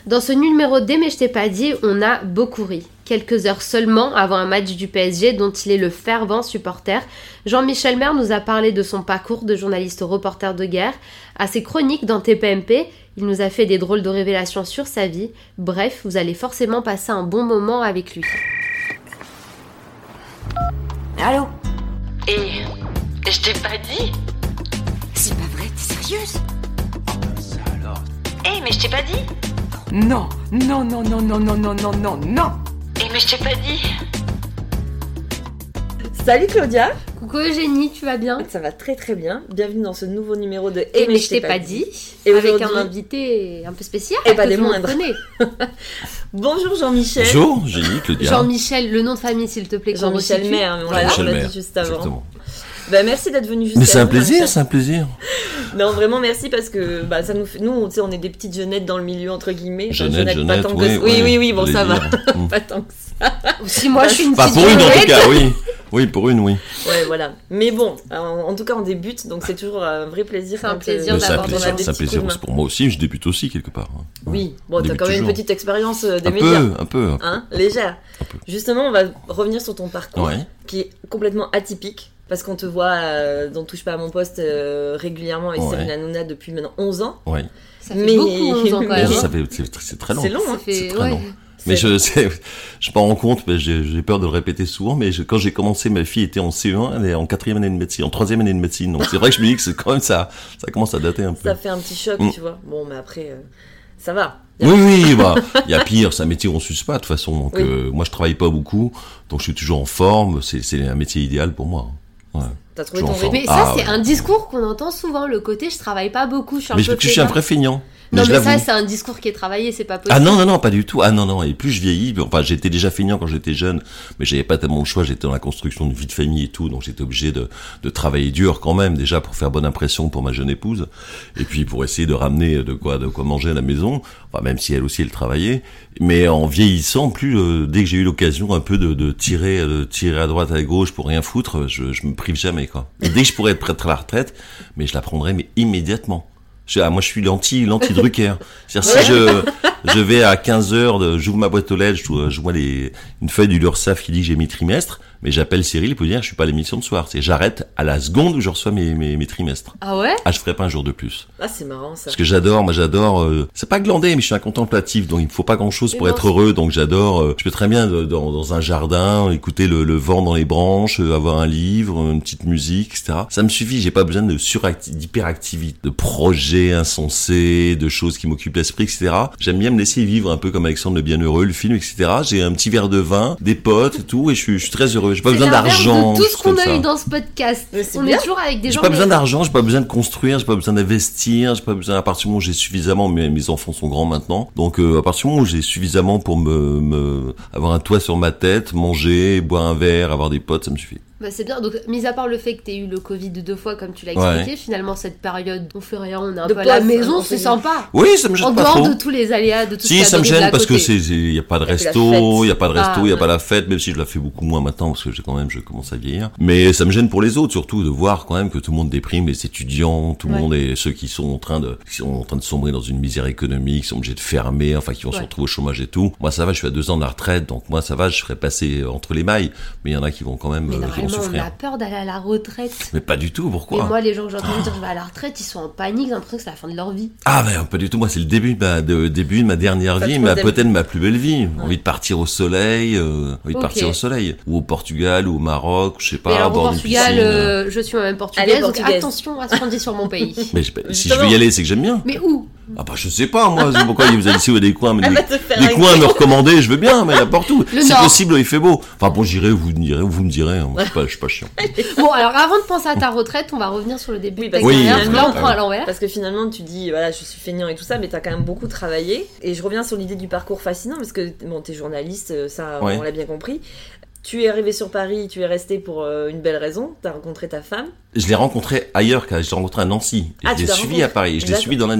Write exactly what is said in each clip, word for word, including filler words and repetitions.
Dans ce numéro d', mais je t'ai pas dit, on a beaucoup ri. Quelques heures seulement avant un match du P S G dont il est le fervent supporter, Jean-Michel Maire nous a parlé de son parcours de journaliste reporter de guerre, à ses chroniques dans T P M P, il nous a fait des drôles de révélations sur sa vie. Bref, vous allez forcément passer un bon moment avec lui. Allô ? Et je t'ai pas dit ? C'est pas vrai, t'es sérieuse ? Ça alors ? Eh, mais je t'ai pas dit ? Non, non, non, non, non, non, non, non, non, non. Eh, mais je t'ai pas dit. Salut Claudia. Coucou Eugénie, tu vas bien ? Ça va très très bien. Bienvenue dans ce nouveau numéro de Et, mais je t'ai pas dit. Et avec un invité un peu spécial. Et pas des moindres. Bonjour Jean-Michel. Bonjour, Eugénie, Claudia. Jean-Michel, le nom de famille s'il te plaît. Jean-Michel Maire, mais on l'a Jean-Michel dit Maire, juste avant. exactement. Bah, merci d'être venu jusqu'à Mais c'est un nous, plaisir, hein, c'est un plaisir. Non, vraiment merci parce que bah, ça nous fait... nous, tu sais, on est des petites jeunettes dans le milieu entre guillemets. Jeunette, Enfin, jeunette, pas tant oui, que... oui, oui, oui, oui, bon ça va, mm. pas tant que ça. Si moi je suis une Pas petite pour une en tout jeunette. cas, oui. Oui, pour une, oui. Ouais, voilà. Mais bon, en, en tout cas, on débute, donc c'est toujours un vrai plaisir. C'est un quand, plaisir euh, Mais c'est un d'avoir plaisir, des c'est un petits coups plaisir. de main. C'est pour moi aussi, je débute aussi quelque part. hein. Oui, bon, On t'as débute quand même une toujours. petite expérience euh, des Un médias. peu, un peu. un peu. Hein, légère. Un peu. Justement, on va revenir sur ton parcours, Ouais. qui est complètement atypique, parce qu'on te voit euh, dans Touche pas à mon poste euh, régulièrement avec Ouais. Cyril Hanouna depuis maintenant onze ans. Ouais. Ça fait Mais- beaucoup onze ans quand mais- même. Bon, hein. ça fait, c'est, c'est très long. C'est long, Ça hein. fait- C'est très ouais. long. Mais je, c'est, je m'en rends compte, mais j'ai, j'ai peur de le répéter souvent, mais je, quand j'ai commencé, ma fille était en C E un, elle est en quatrième année de médecine, en troisième année de médecine. Donc c'est vrai que je me dis que c'est quand même ça, ça commence à dater un peu. Ça fait un petit choc, Mm. tu vois. Bon, mais après, euh, ça va. Oui, oui, bah, il y a pire, c'est un métier où on s'use pas, de toute façon. Donc, Oui. euh, moi, je travaille pas beaucoup, donc je suis toujours en forme, c'est, c'est un métier idéal pour moi. Ouais. T'as trouvé Toujours ton en rythme. Mais Ah, ça, c'est ouais. un discours qu'on entend souvent, le côté je travaille pas beaucoup, je suis un Mais peu je, je suis un fainéant. vrai feignant. Non, je mais ça, l'avoue. c'est un discours qui est travaillé, c'est pas possible. Ah non, non, non, pas du tout. Ah non, non, et plus je vieillis, enfin j'étais déjà feignant quand j'étais jeune, mais j'avais pas tellement le choix, j'étais dans la construction d'une vie de famille et tout, donc j'étais obligé de, de travailler dur quand même, déjà pour faire bonne impression pour ma jeune épouse, et puis pour essayer de ramener de quoi de quoi manger à la maison, enfin même si elle aussi elle travaillait, mais en vieillissant, plus euh, dès que j'ai eu l'occasion un peu de, de tirer de tirer à droite à gauche pour rien foutre, je, je me prive jamais quoi. Et dès que je pourrais être prêt à la retraite, mais je la prendrais mais immédiatement. Je, ah, moi, je suis l'anti, l'anti-Drucker. C'est-à-dire, si je, je vais à quinze heures, de, j'ouvre ma boîte aux lettres, je, je vois les, une feuille du Lursaf qui dit que j'ai mes trimestres, mais j'appelle Cyril pour dire, je suis pas à l'émission de soir. C'est, j'arrête à la seconde où je reçois mes, mes, mes trimestres. Ah ouais ? Ah, je ferai pas un jour de plus. Ah, c'est marrant ça. Parce que j'adore, moi j'adore, euh, c'est pas glandé, mais je suis un contemplatif, donc il me faut pas grand chose Mais pour non, être c'est- heureux, donc j'adore, euh, je peux très bien euh, dans, dans un jardin, écouter le, le vent dans les branches, euh, avoir un livre, une petite musique, et cetera. Ça me suffit, j'ai pas besoin de suracti- d'hyperactivité, de projets insensés, de choses qui m'occupent l'esprit, et cetera. J'aime bien me laisser vivre un peu comme Alexandre le Bienheureux, le film, et cetera. J'ai un petit verre de vin, des potes et tout, et je suis, je suis très heureux. J'ai pas C'est besoin l'inverse d'argent. de tout ce comme qu'on a ça. eu dans ce podcast. Mais c'est On bien. est toujours avec des J'ai gens. pas mais- besoin d'argent, j'ai pas besoin de construire, j'ai pas besoin d'investir, j'ai pas besoin, à partir du moment où j'ai suffisamment, mes, mes enfants sont grands maintenant, donc euh, à partir du moment où j'ai suffisamment pour me, me avoir un toit sur ma tête, manger, boire un verre, avoir des potes, ça me suffit. Bah, c'est bien. Donc, mis à part le fait que t'aies eu le Covid deux fois, comme tu l'as Ouais. expliqué, finalement, cette période, on fait rien, on est un De peu à la pause, maison, entre c'est guillemets. sympa. Oui, ça me gêne En pas dehors trop. de tous les aléas, de tout ce Si, qu'il y a ça me de la gêne parce que côté. c'est, c'est, y a pas de Y a plus la resto, fête. y a pas de resto, Ah, y a ouais. pas la fête, même si je la fais beaucoup moins maintenant parce que j'ai quand même, je commence à vieillir. Mais ça me gêne pour les autres, surtout, de voir quand même que tout le monde déprime, les étudiants, tout le Ouais. monde et ceux qui sont en train de, qui sont en train de sombrer dans une misère économique, qui sont obligés de fermer, enfin, qui vont se Ouais. retrouver au chômage et tout. Moi, ça va, je suis à deux ans de la retraite, donc moi, ça va, je ferai passer entre les mailles. Mais il y en a qui vont quand même, Mais euh, qui vont normalement, on souffrir. a peur d'aller à la retraite. Mais pas du tout, Mais pourquoi? moi, les gens que j'ai entendu dire je vais à la retraite, ils sont en panique, j'ai l'impression que c'est la fin de leur vie. Ah mais pas du tout, moi c'est le début de ma, de, début de ma dernière Ta vie, ma, troisième. peut-être ma plus belle vie. Envie de partir au soleil, euh, envie de Ok. partir au soleil. Ou au Portugal, ou au Maroc, je sais pas, Mais alors, à au bord d'une Portugal, piscine. euh, je suis moi-même portugaise, Allez, donc portugaise. attention à ce qu'on dit sur mon pays. Mais je- si je Justement. veux y aller, c'est que j'aime bien. Mais où ? Ah bah je sais pas, moi, c'est pourquoi il vous a dit si vous avez des coins, mais Elle des, va te faire des un coins à me recommander, je veux bien, mais n'importe où. Le Si Nord. possible, il fait beau. Enfin bon, j'irai, vous me direz, vous me direz, hein, moi, je suis pas, je suis pas chiant. Bon, alors avant de penser à ta retraite, on va revenir sur le début Oui, de ta parce que carrière. finalement- Là, on prend à l'envers. Parce que finalement, tu dis, voilà, je suis feignant et tout ça, mais t'as quand même beaucoup travaillé. Et je reviens sur l'idée du parcours fascinant, parce que, bon, t'es journaliste, euh, ça, Ouais. on l'a bien compris. Tu es arrivé sur Paris, tu es resté pour euh, une belle raison, t'as rencontré ta femme. Je l'ai rencontré ailleurs, car je l'ai rencontré à Nancy. Et Ah, je tu l'ai l'as suivi rencontré. à Paris, et je l'ai D'accord. suivi dans la nuit.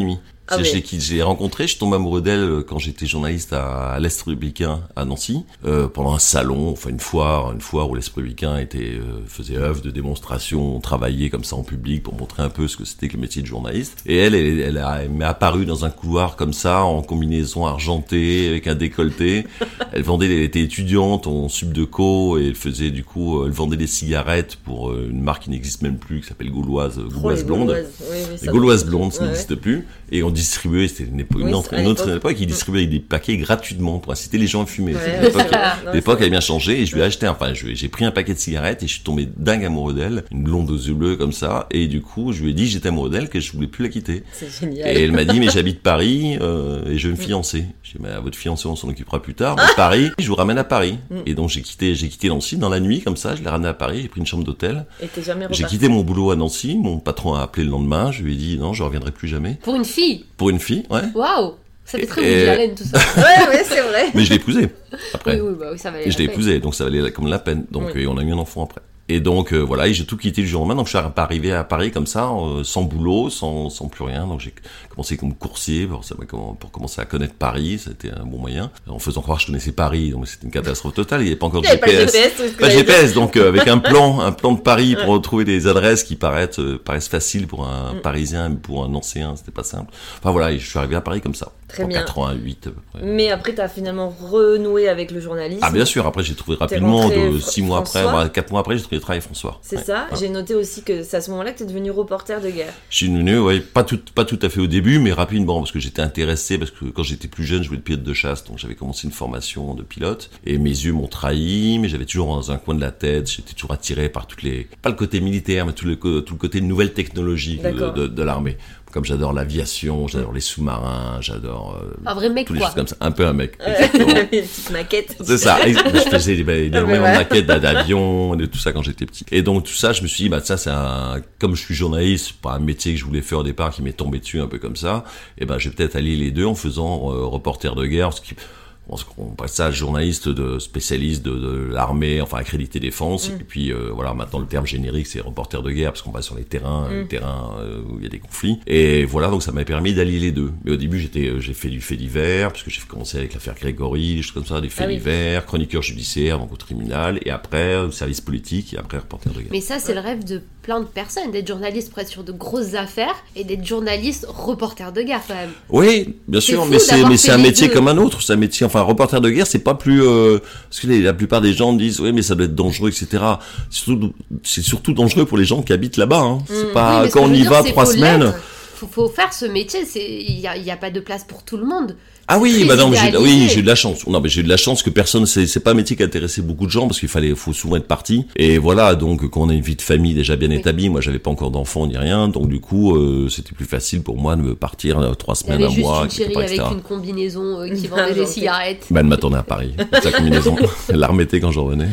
Ah je, ouais. l'ai, je l'ai rencontrée, je suis tombé amoureux d'elle quand j'étais journaliste à, à l'Est républicain à Nancy, euh, pendant un salon, enfin une foire, une foire où l'Est républicain était, euh, faisait œuvre de démonstration, on travaillait comme ça en public pour montrer un peu ce que c'était que le métier de journaliste. Et elle, elle, elle, a, elle m'est apparue dans un couloir comme ça, en combinaison argentée, avec un décolleté. Elle vendait, elle était étudiante en sub de co, et elle faisait du coup, elle vendait des cigarettes pour une marque qui n'existe même plus, qui s'appelle Gauloise, Gauloise Oh, Blonde. Gauloise, oui, oui, Les ça Gauloises va. blondes, ça Ouais, n'existe plus. Et on distribuait, c'était une, époque, Oui, une, autre, à une autre l'époque. époque, ils distribuaient des paquets gratuitement pour inciter les gens à fumer. Ouais, C'était ouais, l'époque, c'est vrai. Non, l'époque c'est avait bien changé, et je lui ai acheté, enfin, je, j'ai pris un paquet de cigarettes et je suis tombé dingue amoureux d'elle, une blonde aux yeux bleus comme ça, et du coup, je lui ai dit que j'étais amoureux d'elle, que je voulais plus la quitter. C'est génial. Et elle m'a dit, mais j'habite Paris, euh, et je vais me fiancer. J'ai dit, mais votre fiancé, on s'en occupera plus tard. Mais Paris, je vous ramène à Paris. Et donc, j'ai quitté, j'ai quitté Nancy dans la nuit, comme ça, je l'ai ramené à Paris, j'ai pris une chambre d'hôtel. Et t'es jamais J'ai reparti. quitté mon boulot à Nancy, mon patron a appelé le lendemain, je lui ai dit, non, je reviendrai plus jamais. Pour une fille. Pour une fille, ouais. Waouh. Ça fait très Et- Woody Allen tout ça. Ouais, ouais, c'est vrai. Mais je l'ai épousée, après. Oui, oui, bah oui, ça va aller. Et je l'ai après. épousée, donc ça valait comme la peine. Donc, Oui. euh, on a eu un enfant après. Et donc, euh, voilà, et j'ai tout quitté le jour au lendemain. Donc, je suis arrivé à Paris comme ça, euh, sans boulot, sans, sans plus rien. Donc, j'ai commencé comme coursier pour, ça m'a comm- pour commencer à connaître Paris. C'était un bon moyen. En faisant croire que je connaissais Paris. Donc, c'était une catastrophe totale. Il n'y avait pas encore de Il y avait G P S. pas de G P S, c'est ce que Pas de j'allais G P S, donc euh, avec un plan, un plan de Paris pour retrouver des adresses qui paraissent, euh, paraissent faciles pour un Mm. Parisien, mais pour un Nancéen, c'était pas simple. Enfin voilà, et je suis arrivé à Paris comme ça. Très en bien. quatre-vingt-huit à peu près. Mais après, t'as finalement renoué avec le journalisme. Ah bien sûr, après j'ai trouvé T'es rapidement, rentré de Fr- six mois après, François. voilà, quatre mois après, j'ai trouvé le travail François. C'est Ouais. ça. J'ai noté aussi que c'est à ce moment-là que t'es devenu reporter de guerre. Je suis devenu, ouais, pas tout, pas tout à fait au début, mais rapidement, parce que j'étais intéressé, parce que quand j'étais plus jeune, je voulais être pilote de chasse, donc j'avais commencé une formation de pilote, et mes yeux m'ont trahi, mais j'avais toujours dans un coin de la tête, j'étais toujours attiré par toutes les, pas le côté militaire, mais tout le, co- tout le côté de nouvelles technologies de, D'accord. de, de l'armée. Comme j'adore l'aviation, j'adore les sous-marins, j'adore euh, Un vrai mec, tous les quoi. choses comme ça, un peu un mec. Exactement. Une petite maquette. C'est ça. Et je faisais des- des- énormément de ouais. maquettes d'avions, de tout ça quand j'étais petit. Et donc tout ça, je me suis dit, bah ça c'est un, comme je suis journaliste, c'est pas un métier que je voulais faire au départ, qui m'est tombé dessus un peu comme ça. Et ben je vais peut-être allier les deux en faisant euh, reporter de guerre, ce qui on passe ça à journaliste de spécialiste de, de l'armée, enfin accrédité défense. Mm. Et puis euh, voilà, maintenant le terme générique c'est reporter de guerre parce qu'on va sur les terrains, Mm. les terrains euh, où il y a des conflits. Et voilà, donc ça m'a permis d'allier les deux. Mais au début j'étais, euh, j'ai fait du fait divers parce que j'ai commencé avec l'affaire Grégory, des choses comme ça, des faits Ah oui. divers, chroniqueur judiciaire, donc au tribunal, et après euh, service politique, et après reporter de guerre. Mais ça, c'est le rêve de plein de personnes, d'être journaliste presque sur de grosses affaires et d'être journaliste reporter de guerre quand même. Oui, bien C'est sûr, fou mais c'est d'avoir mais fait c'est un les métier deux. comme un autre. C'est un métier, enfin, reporter de guerre, c'est pas plus euh, parce que les- la plupart des gens disent oui, mais ça doit être dangereux, et cetera. C'est surtout, c'est surtout dangereux pour les gens qui habitent là-bas. Hein. C'est Mm. pas Oui, mais ce quand que on je veux y dire, va c'est trois faut semaines. l'être. Faut, faut faire ce métier, c'est il y a, il y a pas de place pour tout le monde. Ah oui, très bah non, mais j'ai, idéalisé. oui, j'ai eu de la chance. Non, mais j'ai eu de la chance que personne, c'est, c'est pas un métier qui intéressait beaucoup de gens parce qu'il fallait, faut souvent être parti. Et voilà, donc quand on a une vie de famille déjà bien Oui. établie, moi j'avais pas encore d'enfants ni rien, donc du coup euh, c'était plus facile pour moi de me partir euh, trois Il y semaines, avait un juste mois, une chérie et cetera, et avec cetera. une combinaison euh, qui Ah, vendait des j'en sais. cigarettes. Bah, elle m'attendait à Paris. Sa combinaison, elle la remettait quand je revenais.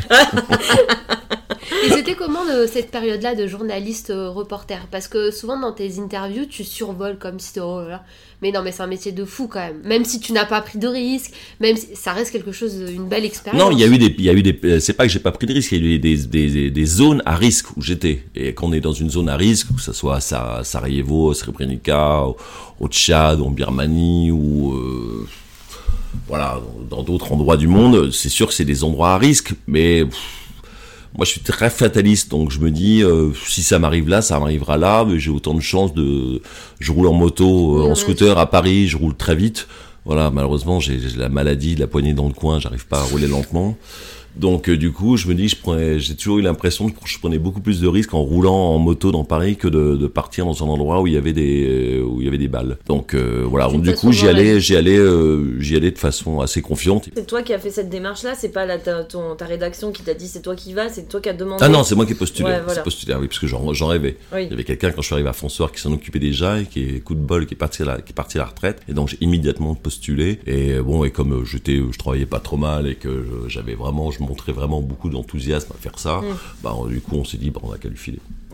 Et c'était comment de, cette période-là de journaliste euh, reporter? Parce que souvent dans tes interviews, tu survoles comme si c'était oh là là. Mais non, mais c'est un métier de fou quand même. Même si tu n'as pas pris de risques, même si ça reste quelque chose, une belle expérience. Non, il y a eu des, il y a eu des, c'est pas que j'ai pas pris de risque, il y a eu des, des, des, des zones à risque où j'étais. Et quand on est dans une zone à risque, que ce soit à Sa- Sarajevo, Srebrenica, au, au Tchad, en Birmanie, ou, euh, voilà, dans d'autres endroits du monde, c'est sûr que c'est des endroits à risque, mais, pff, moi, je suis très fataliste, donc je me dis, euh, si ça m'arrive là, ça m'arrivera là, mais j'ai autant de chance de, je roule en moto, euh, en Oui, scooter à Paris, je roule très vite. Voilà, malheureusement, j'ai, j'ai la maladie de la poignée dans le coin, j'arrive pas à rouler lentement. Donc, euh, du coup, je me dis, je prenais, j'ai toujours eu l'impression que je prenais beaucoup plus de risques en roulant en moto dans Paris que de, de partir dans un endroit où il y avait des, où il y avait des balles. Donc, euh, voilà. C'est Donc, pas du coup, j'y souvent la allais, vie. j'y allais, euh, j'y allais de façon assez confiante. C'est toi qui as fait cette démarche-là, c'est pas la, ta, ton, ta rédaction qui t'a dit c'est toi qui vas, c'est toi qui as demandé. Ah non, c'est moi qui ai postulé. Ouais, voilà. C'est postulé, ah oui, parce que j'en, j'en rêvais. Oui. Il y avait quelqu'un quand je suis arrivé à François qui s'en occupait déjà et qui est coup de bol, qui est parti à la, qui est parti à la retraite. Et donc j'ai immédiatement postulé. Et euh, bon, et comme euh, j'étais, je travaillais pas trop mal et que je- j'avais vraiment, je montrais vraiment beaucoup d'enthousiasme à faire ça, Mm. bah du coup on s'est dit, bah on a qu'à lui filer.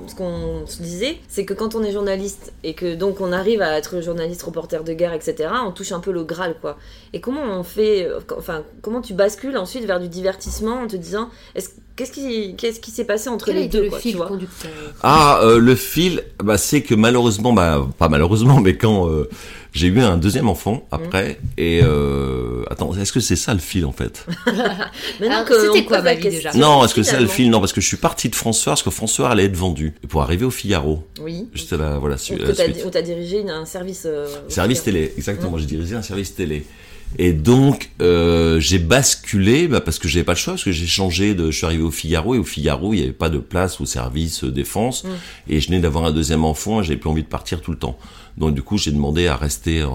ce qu'on se disait, c'est que quand on est journaliste et que donc on arrive à être journaliste, reporter de guerre, et cetera, on touche un peu le Graal, quoi. Et comment on fait, enfin, comment tu bascules ensuite vers du divertissement en te disant, est-ce, qu'est-ce qui, qu'est-ce qui s'est passé entre Quel les a été deux, le quoi, fil tu vois? conducteur? Ah, euh, le fil, bah, c'est que malheureusement, bah, pas malheureusement, mais quand euh, j'ai eu un deuxième enfant après, mmh. et euh, attends, est-ce que c'est ça le fil en fait? Alors, c'était quoi ma vie déjà? Non, est-ce que c'est ça le fil? Non, parce que je suis parti de François, parce que François allait être vendu pour arriver au Figaro. Oui. J'étais là, voilà. Su- Donc, t'as, on t'a dirigé une, un service. Euh, service télé, exactement. Mmh. J'ai dirigé un service télé. Et donc euh, j'ai basculé bah, parce que j'avais pas le choix, parce que j'ai changé de, je suis arrivé au Figaro et au Figaro il y avait pas de place au service euh, défense, mmh. et je venais d'avoir un deuxième enfant et j'avais plus envie de partir tout le temps. Donc du coup j'ai demandé à rester en,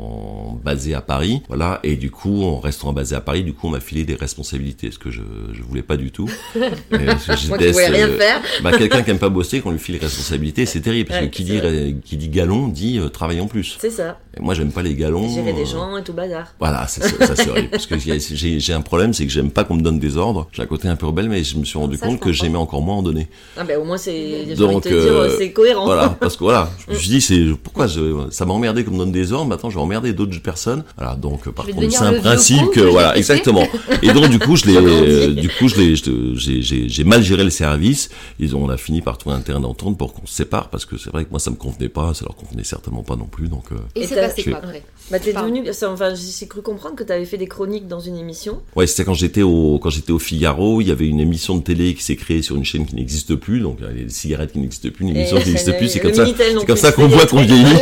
en basé à Paris, voilà, et du coup en restant basé à Paris, du coup on m'a filé des responsabilités, ce que je je voulais pas du tout. Moi qui voulais rien euh, faire. Bah quelqu'un qui aime pas bosser, qu'on lui file les responsabilités, c'est terrible parce ouais, que qui dit vrai. qui dit galon dit euh, travaille en plus. C'est ça. Et moi j'aime pas les galons. Gérer des gens et tout bazar. Voilà, c'est ça, ça c'est horrible. Parce que j'ai, j'ai un problème, c'est que j'aime pas qu'on me donne des ordres. J'ai un côté un peu rebelle, mais je me suis rendu ça, compte que j'aimais encore moins en donner. Ah ben au moins c'est, j'ai donc, envie de te dire, euh, c'est cohérent. Voilà, parce que voilà, je me suis dit, c'est pourquoi je, ça m'a emmerdé qu'on me donne des ordres. Maintenant, je vais emmerder d'autres personnes. Voilà, donc par contre, c'est un principe que voilà, exactement. Et donc du coup, je l'ai, du coup, je l'ai, j'ai, j'ai, j'ai mal géré le service. Ils ont, on a fini par trouver un terrain d'entente pour qu'on se sépare, parce que c'est vrai que moi, ça me convenait pas, ça leur convenait certainement pas non plus. Donc. Euh, Et, Et c'est passé quoi après? Bah t'es devenu, enfin j'ai cru comprendre que t'avais fait des chroniques dans une émission. Ouais, c'était quand j'étais au quand j'étais au Figaro, il y avait une émission de télé qui s'est créée sur une chaîne qui n'existe plus, donc il y a des cigarettes qui n'existent plus, une émission Et qui n'existe plus, c'est comme ça, c'est comme ça qu'on voit qu'on vieillit.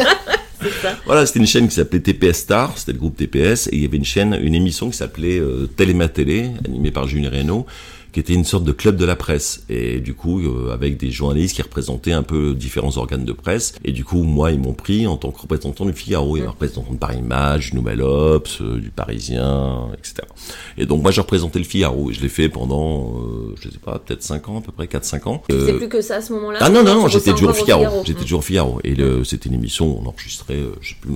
Voilà, c'était une chaîne qui s'appelait T P S Star, c'était le groupe T P S, et il y avait une chaîne, une émission qui s'appelait euh, Téléma Télé, animée par Julien Reynaud, qui était une sorte de club de la presse, et du coup euh, avec des journalistes qui représentaient un peu différents organes de presse, et du coup moi ils m'ont pris en tant que représentant du Figaro, et mmh. représentant de Paris Match, du Nouvel Obs, euh, du Parisien, et cetera. Et donc moi j'ai représenté le Figaro, et je l'ai fait pendant, euh, je sais pas, peut-être cinq ans, à peu près quatre cinq ans. Euh... C'est plus que ça à ce moment-là? Ah non, non, non, j'étais toujours au Figaro, Figaro. j'étais mmh. toujours au Figaro, et le, c'était une émission où on enregistrait, euh, je sais plus...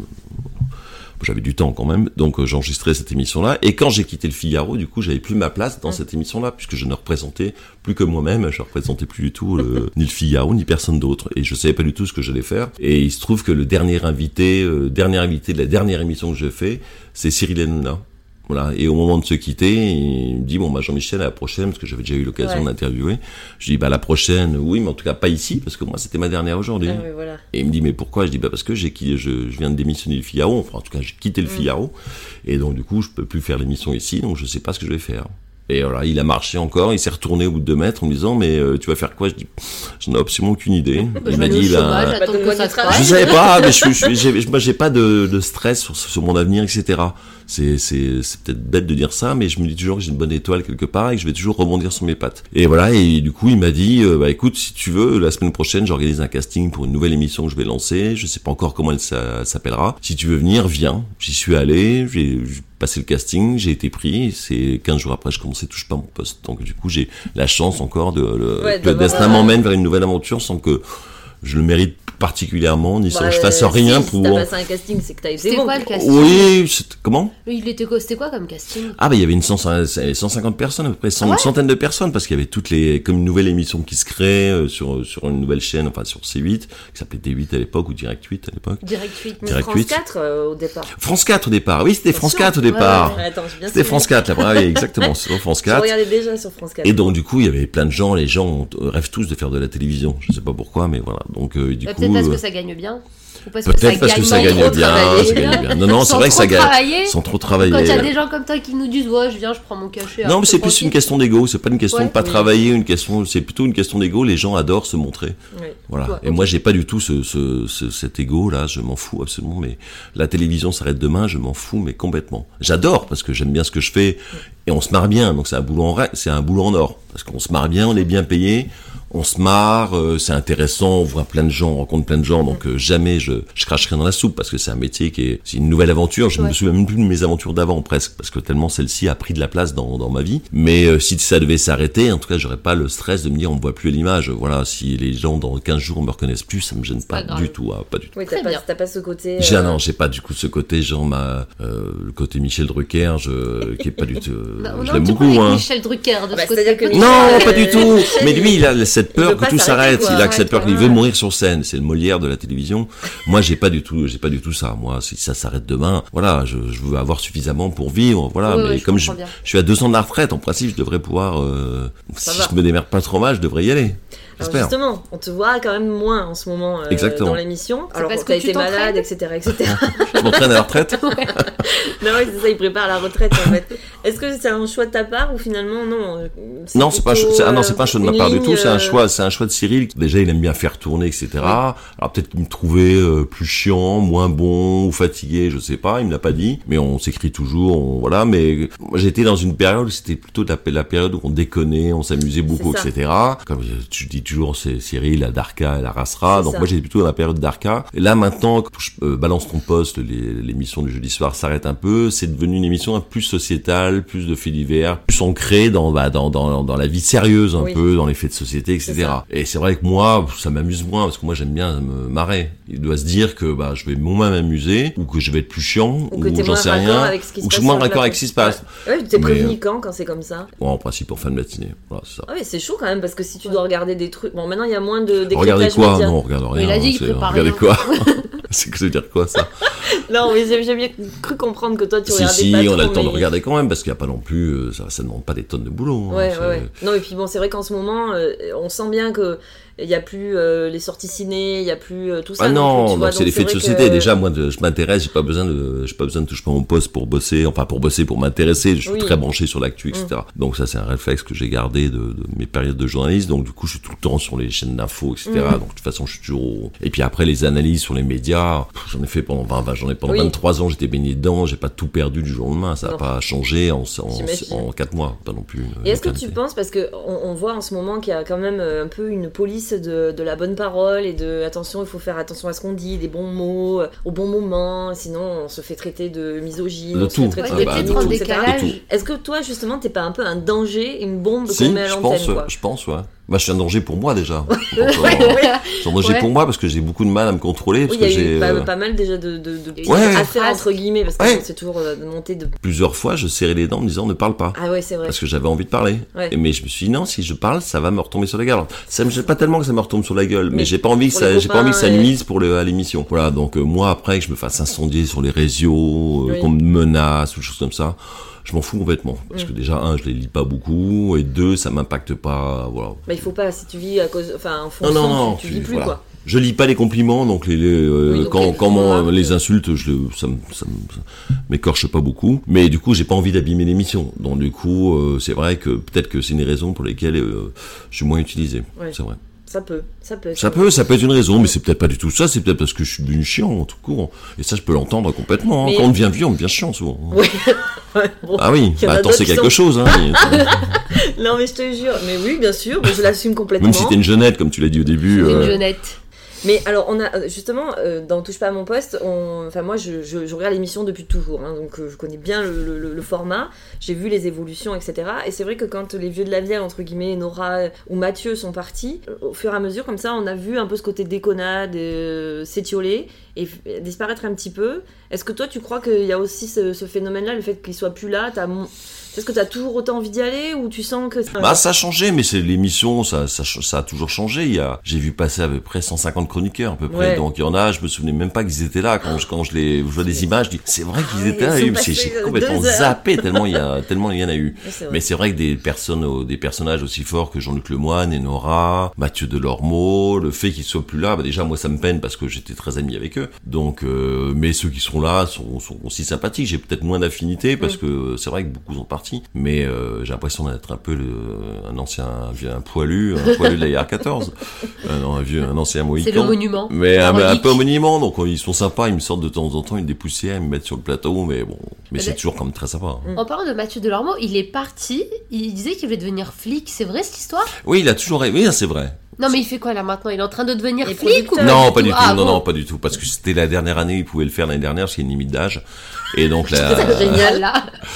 J'avais du temps quand même, donc euh, j'enregistrais cette émission-là. Et quand j'ai quitté le Figaro, du coup, j'avais plus ma place dans mmh. cette émission-là, puisque je ne représentais plus que moi-même. Je ne représentais plus du tout le, ni le Figaro, ni personne d'autre. Et je savais pas du tout ce que j'allais faire. Et il se trouve que le dernier invité, euh, dernier invité de la dernière émission que je fais, c'est Cyril Hanouna. Voilà. Et au moment de se quitter, il me dit, bon, bah, Jean-Michel, à la prochaine, parce que j'avais déjà eu l'occasion ouais. d'interviewer. Je dis, bah, la prochaine, oui, mais en tout cas, pas ici, parce que moi, c'était ma dernière aujourd'hui. Ah, oui, voilà. Et il me dit, mais pourquoi? Je dis, bah, parce que j'ai, je, je viens de démissionner le Figaro. Enfin, en tout cas, j'ai quitté le mmh. Figaro. Et donc, du coup, je peux plus faire l'émission ici, donc je sais pas ce que je vais faire. Et voilà, il a marché encore, il s'est retourné au bout de deux mètres en me disant, mais euh, tu vas faire quoi? Je dis, j'en ai absolument aucune idée. Il m'a dit, là, je savais pas, mais je, je, j'ai, moi j'ai pas de, de stress sur, sur mon avenir, et cetera. C'est, c'est, c'est peut-être bête de dire ça, mais je me dis toujours que j'ai une bonne étoile quelque part et que je vais toujours rebondir sur mes pattes. Et voilà, et du coup, il m'a dit, euh, bah écoute, si tu veux, la semaine prochaine, j'organise un casting pour une nouvelle émission que je vais lancer. Je sais pas encore comment elle ça, s'appellera. Si tu veux venir, viens. J'y suis allé, j'ai, j'ai passé le casting, j'ai été pris. C'est quinze jours après, je commençais touche pas mon poste. Donc du coup, j'ai la chance encore de, le, ouais, que le destin m'emmène vers une nouvelle aventure sans que je le mérite particulièrement, ni sans bah, que je fasse euh, rien si, pour... Si t'as passé un casting, c'est que t'as été c'était bon. Quoi, le casting? Oui, c'était... comment? Il était quoi, c'était quoi comme casting? Ah bah il y avait une cent, cent cinquante personnes, à peu près cent, ah ouais une centaine de personnes, parce qu'il y avait toutes les... comme une nouvelle émission qui se crée euh, sur, sur une nouvelle chaîne, enfin sur C huit, qui s'appelait D huit à l'époque, ou Direct huit à l'époque. Direct huit. Direct France huit. quatre euh, au départ. France quatre au départ, oui c'était France quatre au départ. Ouais, ouais. Attends, j'ai bien c'était France quatre, là, oui, exactement, sur France quatre. Je regardais déjà sur France quatre. Et donc du coup il y avait plein de gens, les gens rêvent tous de faire de la télévision, je sais pas pourquoi, mais voilà. Donc euh, du bah, coup... Peut-être parce que ça gagne bien. Ou parce Peut-être que parce que ça gagne bien, ça gagne bien. Non, non, c'est vrai que ça gagne. Sans trop travailler. Quand il y a des gens comme toi qui nous disent, ouais, je viens, je prends mon cachet. Non, mais c'est plus une question d'ego. C'est pas une question ouais, de pas oui. travailler, une question, c'est plutôt une question d'ego. Les gens adorent se montrer. Oui. Voilà. Ouais, et okay. moi, j'ai pas du tout ce, ce, ce cet ego là. Je m'en fous absolument. Mais la télévision s'arrête demain, je m'en fous, mais complètement. J'adore parce que j'aime bien ce que je fais et on se marre bien. Donc c'est un boulot en ra- c'est un boulot en or parce qu'on se marre bien, on est bien payé. On se marre, euh, c'est intéressant, on voit plein de gens, on rencontre plein de gens, donc euh, jamais je, je cracherai dans la soupe parce que c'est un métier qui est, c'est une nouvelle aventure. Je ouais. me souviens même plus de mes aventures d'avant presque, parce que tellement celle-ci a pris de la place dans, dans ma vie. Mais euh, si ça devait s'arrêter, en tout cas, j'aurais pas le stress de me dire on me voit plus à l'image. Voilà, si les gens dans quinze jours me reconnaissent plus, ça me gêne pas, pas du tout, hein, pas du tout. Oui, t'as pas, t'as pas ce côté. Euh... J'ai, non, j'ai pas du coup ce côté genre ma, euh, le côté Michel Drucker, je, qui est pas du tout. Euh, Non, je non, l'aime tu beaucoup, parles avec hein. Michel Drucker de Bah, ce côté. c'est-à-dire que côté. Michel, Non, euh, pas du tout. Michel, Mais lui, il a cette il veut peur que pas tout s'arrêter, s'arrête. quoi. Il a que cette Ouais, peur qu'il ouais. veut mourir sur scène. C'est le Molière de la télévision. Moi, j'ai pas du tout, j'ai pas du tout ça. Moi, si ça s'arrête demain, voilà, je, je veux avoir suffisamment pour vivre, voilà. Oui, mais oui, je comme je, comprends bien. je suis à deux ans de la retraite, en principe, je devrais pouvoir, euh, Ça si va. je me démerde pas trop mal, je devrais y aller. Alors J'espère. justement, on te voit quand même moins en ce moment euh, Exactement. dans l'émission. C'est Alors parce t'as que tu été malade, t'entraînes et cetera, et cetera. Je m'entraîne à la retraite. Non, oui, c'est ça, il prépare la retraite en fait. Est-ce que c'est un choix de ta part ou finalement non euh, Non, c'est pas, un plutôt, choix- c'est- ah non, euh, c'est pas un choix de ma une part du ligne, tout. C'est un euh, choix, c'est un choix de Cyril. Déjà, il aime bien faire tourner, et cetera. Alors peut-être qu'il me trouvait euh, plus chiant, moins bon ou fatigué, je sais pas. Il me l'a pas dit, mais on s'écrit toujours, on- voilà. Mais moi, j'étais dans une période où c'était plutôt la, la période où on déconnait, on s'amusait beaucoup, C'est ça. et cetera. Comme je- tu dis toujours, c'est Cyril, la Darka, elle arrasera. C'est Donc ça. moi, j'étais plutôt dans la période Darka. Et là, maintenant, que je euh, balance ton poste, les- l'émission du jeudi soir s'arrête un peu. C'est devenu une émission un peu plus sociétale, plus de faits divers, plus ancrée dans, bah, dans, dans, dans la vie sérieuse un Oui. peu, dans les faits de société, et C'est cetera. Et c'est vrai que moi, ça m'amuse moins parce que moi, j'aime bien me marrer. Il doit se dire que bah, je vais moins m'amuser ou que je vais être plus chiant Ou ou, que t'es j'en moins sais raccord rien avec ce qui se ou que je passe suis moins sur le raccord avec plateau. ce qui se passe. Ouais, ouais, tu t'es Mais, prévenu euh, quand quand c'est comme ça? Bon, en principe, en fin de matinée. Voilà, c'est ça. Ah oui, c'est chaud quand même parce que si tu dois regarder des trucs. Bon, maintenant il y a moins de Regardez décryptage quoi? média. Non, on regarde rien. il a dit hein, qu'il c'est- prépare Regardez rien. quoi? C'est que ça veut dire quoi, ça? Non, mais j'ai j'ai bien cru comprendre que toi tu Si, regardais si, pas on trop, a le temps de mais- regarder quand même, parce qu'il n'y a pas non plus, euh, ça, ça demande pas des tonnes de boulot. hein, Ouais, c'est- ouais, ouais. Non, et puis bon, c'est vrai qu'en ce moment, euh, on sent bien que il y a plus euh, les sorties ciné, il y a plus euh, tout ça. Ah non, tu donc vois, c'est les faits de vrai société. que- Déjà, moi, de- je m'intéresse, j'ai pas besoin de, j'ai pas besoin de toucher pas mon poste pour bosser, enfin pour bosser, pour m'intéresser. Je suis Oui. très branché sur l'actu, et cetera. Donc ça, c'est un réflexe que j'ai gardé de, de mes périodes de journaliste. Donc du coup, je suis tout le temps sur les chaînes d'infos, et cetera. Mm. Donc de toute façon, je suis toujours. au- Et puis après, les analyses sur les médias, pff, j'en ai fait pendant vingt, vingt, j'en ai pendant Oui. vingt-trois ans. J'étais baigné dedans. J'ai pas tout perdu du jour au lendemain. Ça a Non. pas changé en en, J'imagine. en quatre mois, pas non plus. une Et est-ce que tu éternité. penses, parce que on, on voit en ce moment qu'il y a quand même euh, un peu une police de, de la bonne parole et de attention, il faut faire attention à ce qu'on dit, des bons mots, euh, au bon moment, sinon on se fait traiter de misogyne, De on se tout. fait traiter Ah il est bah, peut-être de en tout. et cetera. De tout. décalage. Est-ce que toi justement t'es pas un peu un danger, une bombe Si, qu'on met à je l'antenne pense, quoi je pense, ouais. Bah, je suis un danger pour moi déjà. Donc, euh, Ouais. je suis un danger Ouais. pour moi parce que j'ai beaucoup de mal à me contrôler. Parce Oui, il y que a eu j'ai pas, euh, pas mal déjà de, de, de petites Ouais. affaires entre guillemets, parce que Ouais. bon, c'est toujours euh, de monter de... plusieurs fois, je serrais les dents en me disant ne parle pas. Ah ouais, c'est vrai. Parce que j'avais envie de parler. Ouais. Et Mais je me suis dit non, si je parle, ça va me retomber sur la gueule. Alors, ça me gêne pas tellement que ça me retombe sur la gueule, mais, Mais j'ai pas envie que pour ça, les j'ai pas envie que ça copains, nuise pour le, à l'émission. Voilà, donc euh, moi après que je me fasse incendier sur les réseaux, euh, Oui. qu'on me menace ou des choses comme ça, je m'en fous complètement. Parce Mm. que déjà un, je les lis pas beaucoup, et deux, ça m'impacte pas. Voilà. Bah il faut pas, si tu vis à cause... Enfin, en Non, fonction, non, non, tu, tu vis plus voilà. quoi. Je lis pas les compliments, donc les, les, euh, Oui, donc quand, les quand mon- remarques, les euh. insultes, je, le- ça, me- ça, me- ça m'écorche pas beaucoup. Mais du coup, j'ai pas envie d'abîmer l'émission. Donc du coup, euh, c'est vrai que peut-être que c'est une des raisons pour lesquelles euh, je suis moins utilisé. Ouais. C'est vrai. Ça peut, ça peut. Ça peut, ça peut être une raison, mais c'est peut-être pas du tout ça. C'est peut-être parce que je suis devenu chiant, tout court. Et ça, je peux l'entendre complètement. hein. Mais- Quand on devient vieux, on devient chiant souvent. Ouais. Ouais, bon. Ah oui, Il y en bah, a attends, d'autres c'est qui quelque sont- chose. Hein. Non mais je te jure, mais oui bien sûr, mais je l'assume complètement. Même si t'es une jeunette, comme tu l'as dit au début. Une euh, jeunette. Mais alors on a euh, justement euh, dans Touche pas à mon poste, on... enfin moi je, je, je regarde l'émission depuis toujours, hein, donc euh, je connais bien le, le, le format, j'ai vu les évolutions et cetera. Et c'est vrai que quand les vieux de la vieille entre guillemets, Nora ou Mathieu sont partis, euh, au fur et à mesure comme ça, on a vu un peu ce côté déconnade, euh, s'étioler et f- disparaître un petit peu. Est-ce que toi tu crois qu'il y a aussi ce, ce phénomène-là, le fait qu'ils soient plus là, t'as mon... Est-ce que tu as toujours autant envie d'y aller ou tu sens que... Bah ça a changé, mais c'est l'émission, ça, ça, ça a toujours changé. Il y a, j'ai vu passer à peu près cent cinquante chroniqueurs à peu près. Ouais. Donc il y en a, je me souvenais même pas qu'ils étaient là quand je, quand je les, je vois des images, je dis c'est vrai qu'ils Ouais, étaient là. ils sont Et puis, passés j'ai complètement deux heures. zappé tellement il y a, tellement il y en a eu. Ouais, c'est vrai. Mais c'est vrai que des personnes, euh, des personnages aussi forts que Jean-Luc Lemoyne et Nora, Mathieu Delormeau, le fait qu'ils soient plus là, bah déjà moi ça me peine parce que j'étais très ami avec eux. Donc, euh, mais ceux qui sont là sont, sont aussi sympathiques. J'ai peut-être moins d'affinité parce Mm. que c'est vrai que beaucoup sont partis, mais euh, j'ai l'impression d'être un peu le, un ancien, un vieux, un poilu, un poilu de la R quatorze, euh, non, un vieux, un ancien mohican. C'est le monument. Mais La un, un relique. peu un monument, donc euh, ils sont sympas, ils me sortent de temps en temps une des poussières, ils me mettent sur le plateau, mais bon, mais Eh c'est ben- toujours quand même très sympa. hein. En parlant de Mathieu Delormeau, il est parti, il disait qu'il voulait devenir flic, c'est vrai cette histoire? Oui, il a toujours rêvé, oui, c'est vrai. Non mais il fait quoi là maintenant? Il est en train de devenir Il est flic ou producteur. Non, pas du tout, Ah, non, bon. non, pas du tout, parce que c'était la dernière année, il pouvait le faire l'année dernière, parce qu'il y a une limite d'âge, et donc la, Génial. Voilà.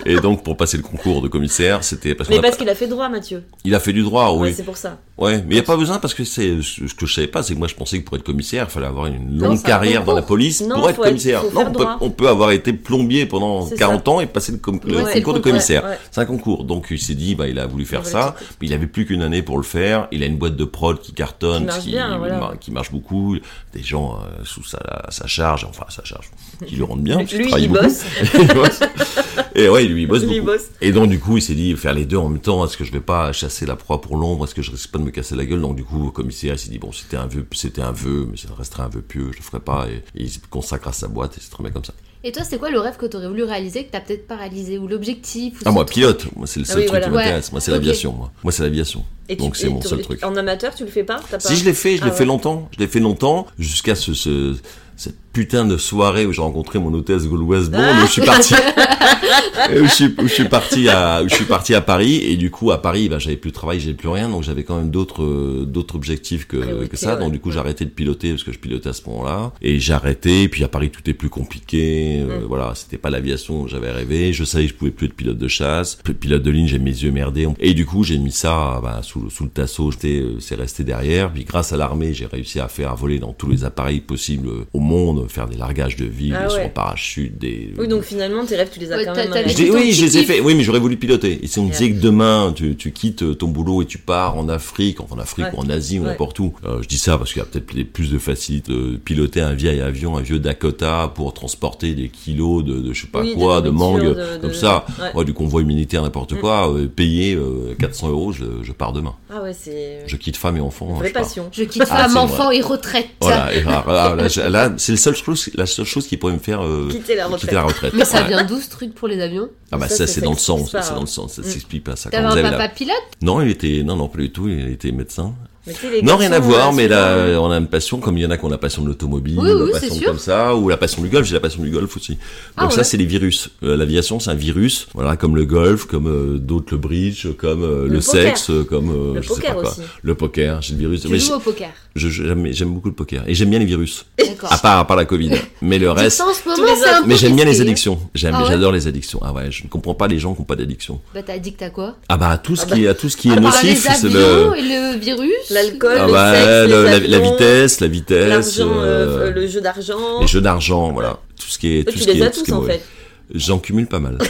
Et donc, pour passer le concours de commissaire, c'était parce Mais qu'on a parce pas- qu'il a fait droit, Mathieu. il a fait du droit, oui. Ouais, c'est pour ça. Ouais, mais il n'y a pas besoin parce que c'est ce que je savais pas, c'est que moi je pensais que pour être commissaire, il fallait avoir une Non, longue c'est un carrière concours. dans la police Non, pour être faut être- commissaire. faut non, faire on peut, droit. on peut avoir été plombier pendant C'est quarante ans et passer le, com- le Ouais, concours c'est de le concours, commissaire. ouais, ouais. C'est un concours. Donc il s'est dit, bah il a voulu faire Il ça, voulait mais il avait plus qu'une année pour le faire. Il a une boîte de prod qui cartonne, Qui marche bien, voilà. qui marche beaucoup, des gens euh, sous sa, sa charge, enfin sa charge, qui lui rendent bien. parce qu'il Lui, travaille il beaucoup. bosse. Il bosse. Et ouais, lui il bosse Lui, il beaucoup. bosse. Et donc du coup, il s'est dit faire les deux en même temps. Est-ce que je vais pas chasser la proie pour l'ombre? Est-ce que je risque pas de me casser la gueule? Donc du coup, au commissaire, il s'est dit bon, c'était un vœu, c'était un vœu, mais ça resterait un vœu pieux, je le ferai pas. Et, et il se consacre à sa boîte et c'est très bien comme ça. Et toi, c'est quoi le rêve que t'aurais voulu réaliser que t'as peut-être pas réalisé? Ou l'objectif ou Ah ce moi, truc pilote. Moi, c'est le Ah seul oui, truc voilà. qui m'intéresse. Moi, c'est Ok. l'aviation. Moi, moi, c'est l'aviation. Et tu- Donc c'est et mon tu- seul truc. En amateur, tu le fais pas? T'as pas Si je l'ai fait, je l'ai Ah fait ouais. longtemps. Je l'ai fait longtemps jusqu'à ce, ce cette putain de soirée où j'ai rencontré mon hôtesse gauloise blonde où je suis parti et où je suis, où je suis parti à où je suis parti à Paris et du coup à Paris bah, j'avais plus de travail, j'avais plus rien donc j'avais quand même d'autres euh, d'autres objectifs que, Priorité, que ça ouais. donc du coup j'ai arrêté de piloter parce que je pilotais à ce moment-là et j'ai arrêté et puis à Paris tout est plus compliqué euh, Mm. voilà c'était pas l'aviation où j'avais rêvé je savais que je pouvais plus être pilote de chasse pilote de ligne j'ai mes yeux merdés et du coup j'ai mis ça bah, sous le- sous le tasseau j'étais euh, c'est resté derrière puis grâce à l'armée j'ai réussi à faire à voler dans tous les appareils possibles euh, au monde faire des largages de ville Ah des sauts ouais. en parachute des Oui, donc finalement, tes rêves, tu les as Ouais, quand t'as- même. t'as euh, les- je dis, ton oui, je les ai kiff. fait. Oui, mais j'aurais voulu piloter. Et si on me Ouais. disait que demain, tu, tu quittes ton boulot et tu pars en Afrique, enfin en Afrique Ouais. ou en Asie ou Ouais. n'importe où, euh, je dis ça parce qu'il y a peut-être plus de facilité de piloter un vieil avion, un vieux Dakota pour transporter des kilos de, de je sais pas Oui, de quoi, de, nourriture, mangue, de- de- comme ça, ouais. ouais, du convoi militaire, n'importe Mm. quoi, euh, payer euh, quatre cents euros, je, je pars demain. Ah ouais, c'est. Je quitte femme et enfant. Vraie je pars. passion. Je quitte Ah, femme, c'est enfant et retraite. Voilà, et là, là, là, je- là, c'est la seule chose, la seule chose qui pourrait me faire euh, Quitter la retraite. quitter la retraite. Mais ça Ouais. vient d'où ce truc pour les avions? Ah bah Ça, ça, c'est- c'est ça dans le explique sang, pas, ça, c'est hein. dans le sang, ça Mm. s'explique pas ça. Quand T'avais vous un avez papa la- pilote? Non, il était, non, non, pas du tout, il était médecin. Mais tu sais, les Non, rien à garçons, voir, euh, mais souvent, là, on a une passion, comme il y en a qui ont la passion de l'automobile, Oui, oui, la c'est passion sûr. comme ça, ou la passion du golf, j'ai la passion du golf aussi. Donc Ah ça, ouais. c'est les virus. Euh, l'aviation, c'est un virus, voilà, comme le golf, comme euh, d'autres, le bridge, comme euh, le, Le poker. sexe, euh, comme, euh, Le je sais poker pas quoi. aussi. Le poker, j'ai le virus. Tu Mais joues je- au poker. je- je- j'aime, j'aime beaucoup le poker. Et j'aime bien les virus. D'accord. À part, à part la Covid. Mais le Donc reste, ça, en ce tous moment, les c'est un peu mais j'aime bien les risqué, hein. addictions. J'aime, Ah ouais j'adore les addictions. Ah ouais, je ne comprends pas les gens qui n'ont pas d'addiction. Bah t'es addict à quoi? Ah bah, tout ce Ah bah. qui est, à tout ce qui est À part nocif, les c'est avions le, et le virus. L'alcool, ah le bah, sexe, le- les la, avions, la vitesse, la vitesse, l'argent, euh, euh, le jeu d'argent. les jeux d'argent, voilà, tout ce qui est, Toi, tout tu ce qui les est, as tout ce tous qui est en mauvais. fait. J'en cumule pas mal.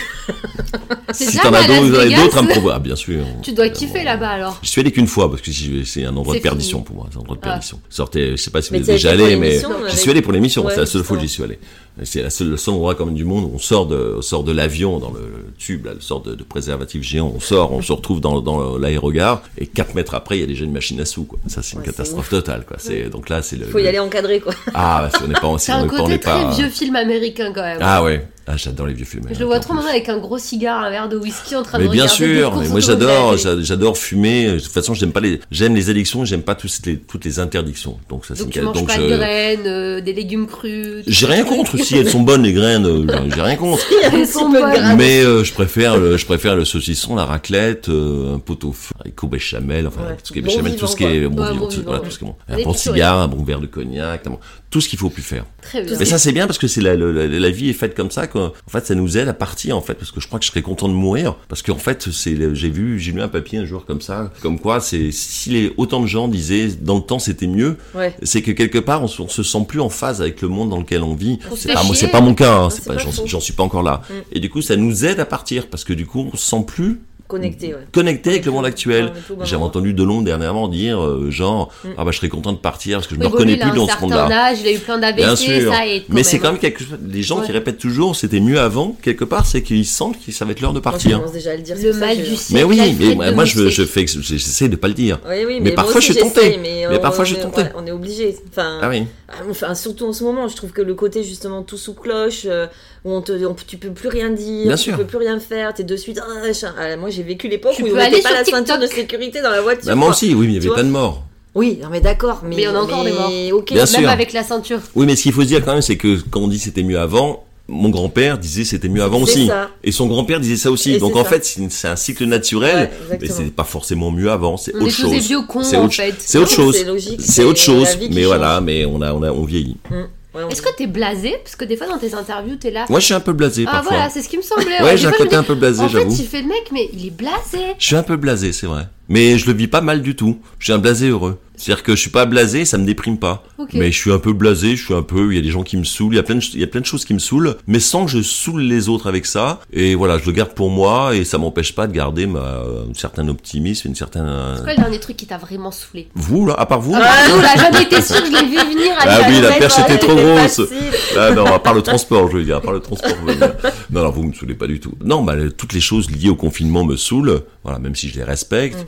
C'est Si ça, t'en as à Las d'autres, Vegas, d'autres à me proposer, ah bien sûr. Tu dois Euh, kiffer bon. là-bas alors. Je suis allé qu'une fois parce que j'y vais- c'est un endroit C'est de perdition fini. pour moi, c'est un endroit de Ah. perdition. Sortez, je sais pas si Mais vous t'y êtes as déjà été pour allé, mais l'émission, j'y avec- suis allé pour l'émission. Ouais, c'est la seule fois où justement. j'y suis allé. C'est la seule, le seul endroit quand même du monde où on sort de, on sort de l'avion dans le, le tube, là, le sort de, de préservatif géant. On sort, on se retrouve dans, dans l'aérogare et quatre mètres après, il y a déjà une machine à sous. Quoi. Ça, c'est une Ouais, c'est catastrophe ouf. totale. Quoi. C'est donc là, c'est le. Faut y le- aller encadré quoi. Ah, bah, si on n'est pas, si C'est on un n'est pas, on côté n'est pas. très vieux film américain quand même. Ah ouais. Ah, j'adore les vieux films. Je le vois en trop plus. maintenant avec un gros cigare, un verre de whisky en train Mais de bien regarder des sûr, courses mais moi automobile. j'adore, j'a- j'adore fumer. De toute façon, j'aime pas les, j'aime les addictions, j'aime pas toutes les, toutes les interdictions. Donc ça, c'est Donc tu une- manges donc pas je- de graines, euh, des légumes crus. tout J'ai ça. rien contre si elles sont bonnes les graines, euh, j'ai rien contre. Il y a un Elles petit sont peu de bonnes. gras. Mais euh, je préfère le, je préfère le saucisson, la raclette, euh, un pot-au-feu, haricot béchamel, enfin Ouais. tout ce qui est Bon béchamel, vivant, tout ce qui est quoi. bon Ouais, vivant, bon tout, vivant, voilà, ouais. tout ce qui est bon. On Un est bon plutôt cigare, un bon verre de cognac, tout ce qu'il faut plus faire. Très bien. Mais ça c'est bien parce que c'est la, la, la, la vie est faite comme ça qu'en fait ça nous aide à partir en fait parce que je crois que je serais content de mourir parce qu'en fait c'est j'ai vu j'ai lu un papier un jour comme ça comme quoi c'est si les, autant de gens disaient dans le temps c'était mieux Ouais. c'est que quelque part on, se- on se sent plus en phase avec le monde dans lequel on vit On se c'est fait pas moi chier. c'est pas mon cas hein, Non, c'est c'est pas pas j'en, faux. j'en suis pas encore là Mm. et du coup ça nous aide à partir parce que du coup on se sent plus Connecté, ouais. connecté On avec est le plus- monde actuel. ouais, on est plus au bon J'avais endroit. entendu Delon dernièrement dire euh, genre Mm. ah bah je serais content de partir parce que je me Oui, bon, reconnais lui, il a plus dans un ce certain monde-là. âge, il a eu plein d'A V C, Bien sûr. ça aide. Mais c'est quand hein. même quelque chose. Les gens qui Ouais. répètent toujours c'était mieux avant, quelque part, c'est qu'ils sentent que ça va être l'heure de Moi, je partir. commence déjà à le dire. c'est Le pour ça mal que du je- siècle. Mais oui, Alfred mais de moi, moi je, Musset. je fais, j'essaie de pas le dire. Oui, oui, mais, Mais moi parfois, aussi, je suis tenté. j'essaye, Mais, Mais on- parfois, on je suis est- tenté. ouais, on est obligé. Enfin, Ah oui. ah, enfin, surtout en ce moment, je trouve que le côté justement tout sous cloche, euh, où on te, on, tu peux plus rien dire, Bien tu sûr. peux plus rien faire, t'es de suite. Ah, machin. Ah, moi, j'ai vécu l'époque Tu où peux on aller mettait pas sur la ceinture de TikTok. sécurité dans la voiture. Bah, moi quoi. aussi, oui, mais il y avait Tu plein vois de morts. Oui, non, mais d'accord. Mais Mais il y en a encore des morts. Ok. Bien Même sûr. avec la ceinture. Oui, mais ce qu'il faut se dire quand même, c'est que quand on dit c'était mieux avant, mon grand-père disait c'était mieux avant C'est aussi. ça. Et son grand-père disait ça aussi. Et Donc c'est en ça. fait, c'est, une- c'est un cycle naturel, Ouais, mais exactement. c'est pas forcément mieux avant, c'est On autre est tous des chose. vieux cons C'est en autre, fait. c'est autre Non, chose. c'est logique, C'est c'est autre chose, la vie qui mais change. voilà, mais on a, on a, on vieillit. Ouais, on Est-ce dit. que t'es blasé? Parce que des fois dans tes interviews, t'es là. Moi, je suis un peu blasé Ah parfois. voilà, c'est ce qui me semblait. Ouais, Des j'ai un fois, je me côté dis, un peu blasé, En fait, j'avoue. il fait le mec, mais il est blasé. Je suis un peu blasé, c'est vrai. Mais je le vis pas mal du tout. Je suis un blasé heureux. C'est-à-dire que je suis pas blasé, ça me déprime pas. Ok. Mais je suis un peu blasé, je suis un peu, il y a des gens qui me saoulent, il y a plein de, il y a plein de choses qui me saoulent, mais sans que je saoule les autres avec ça. Et voilà, je le garde pour moi et ça m'empêche pas de garder ma, un certain optimisme, une certaine, C'est quoi le dernier truc qui t'a vraiment saoulé? vous, là, à part vous? Ah, pardon, là, j'en étais sûre, je l'ai vu venir. Ah allez, oui, la allez, perche allez, était trop allez. grosse. facile. Ah non, à part le transport, je veux dire, à part le transport. je veux dire. Non, non, vous me saoulez pas du tout. Non, bah, toutes les choses liées au confinement me saoulent. Voilà, même si je les respecte.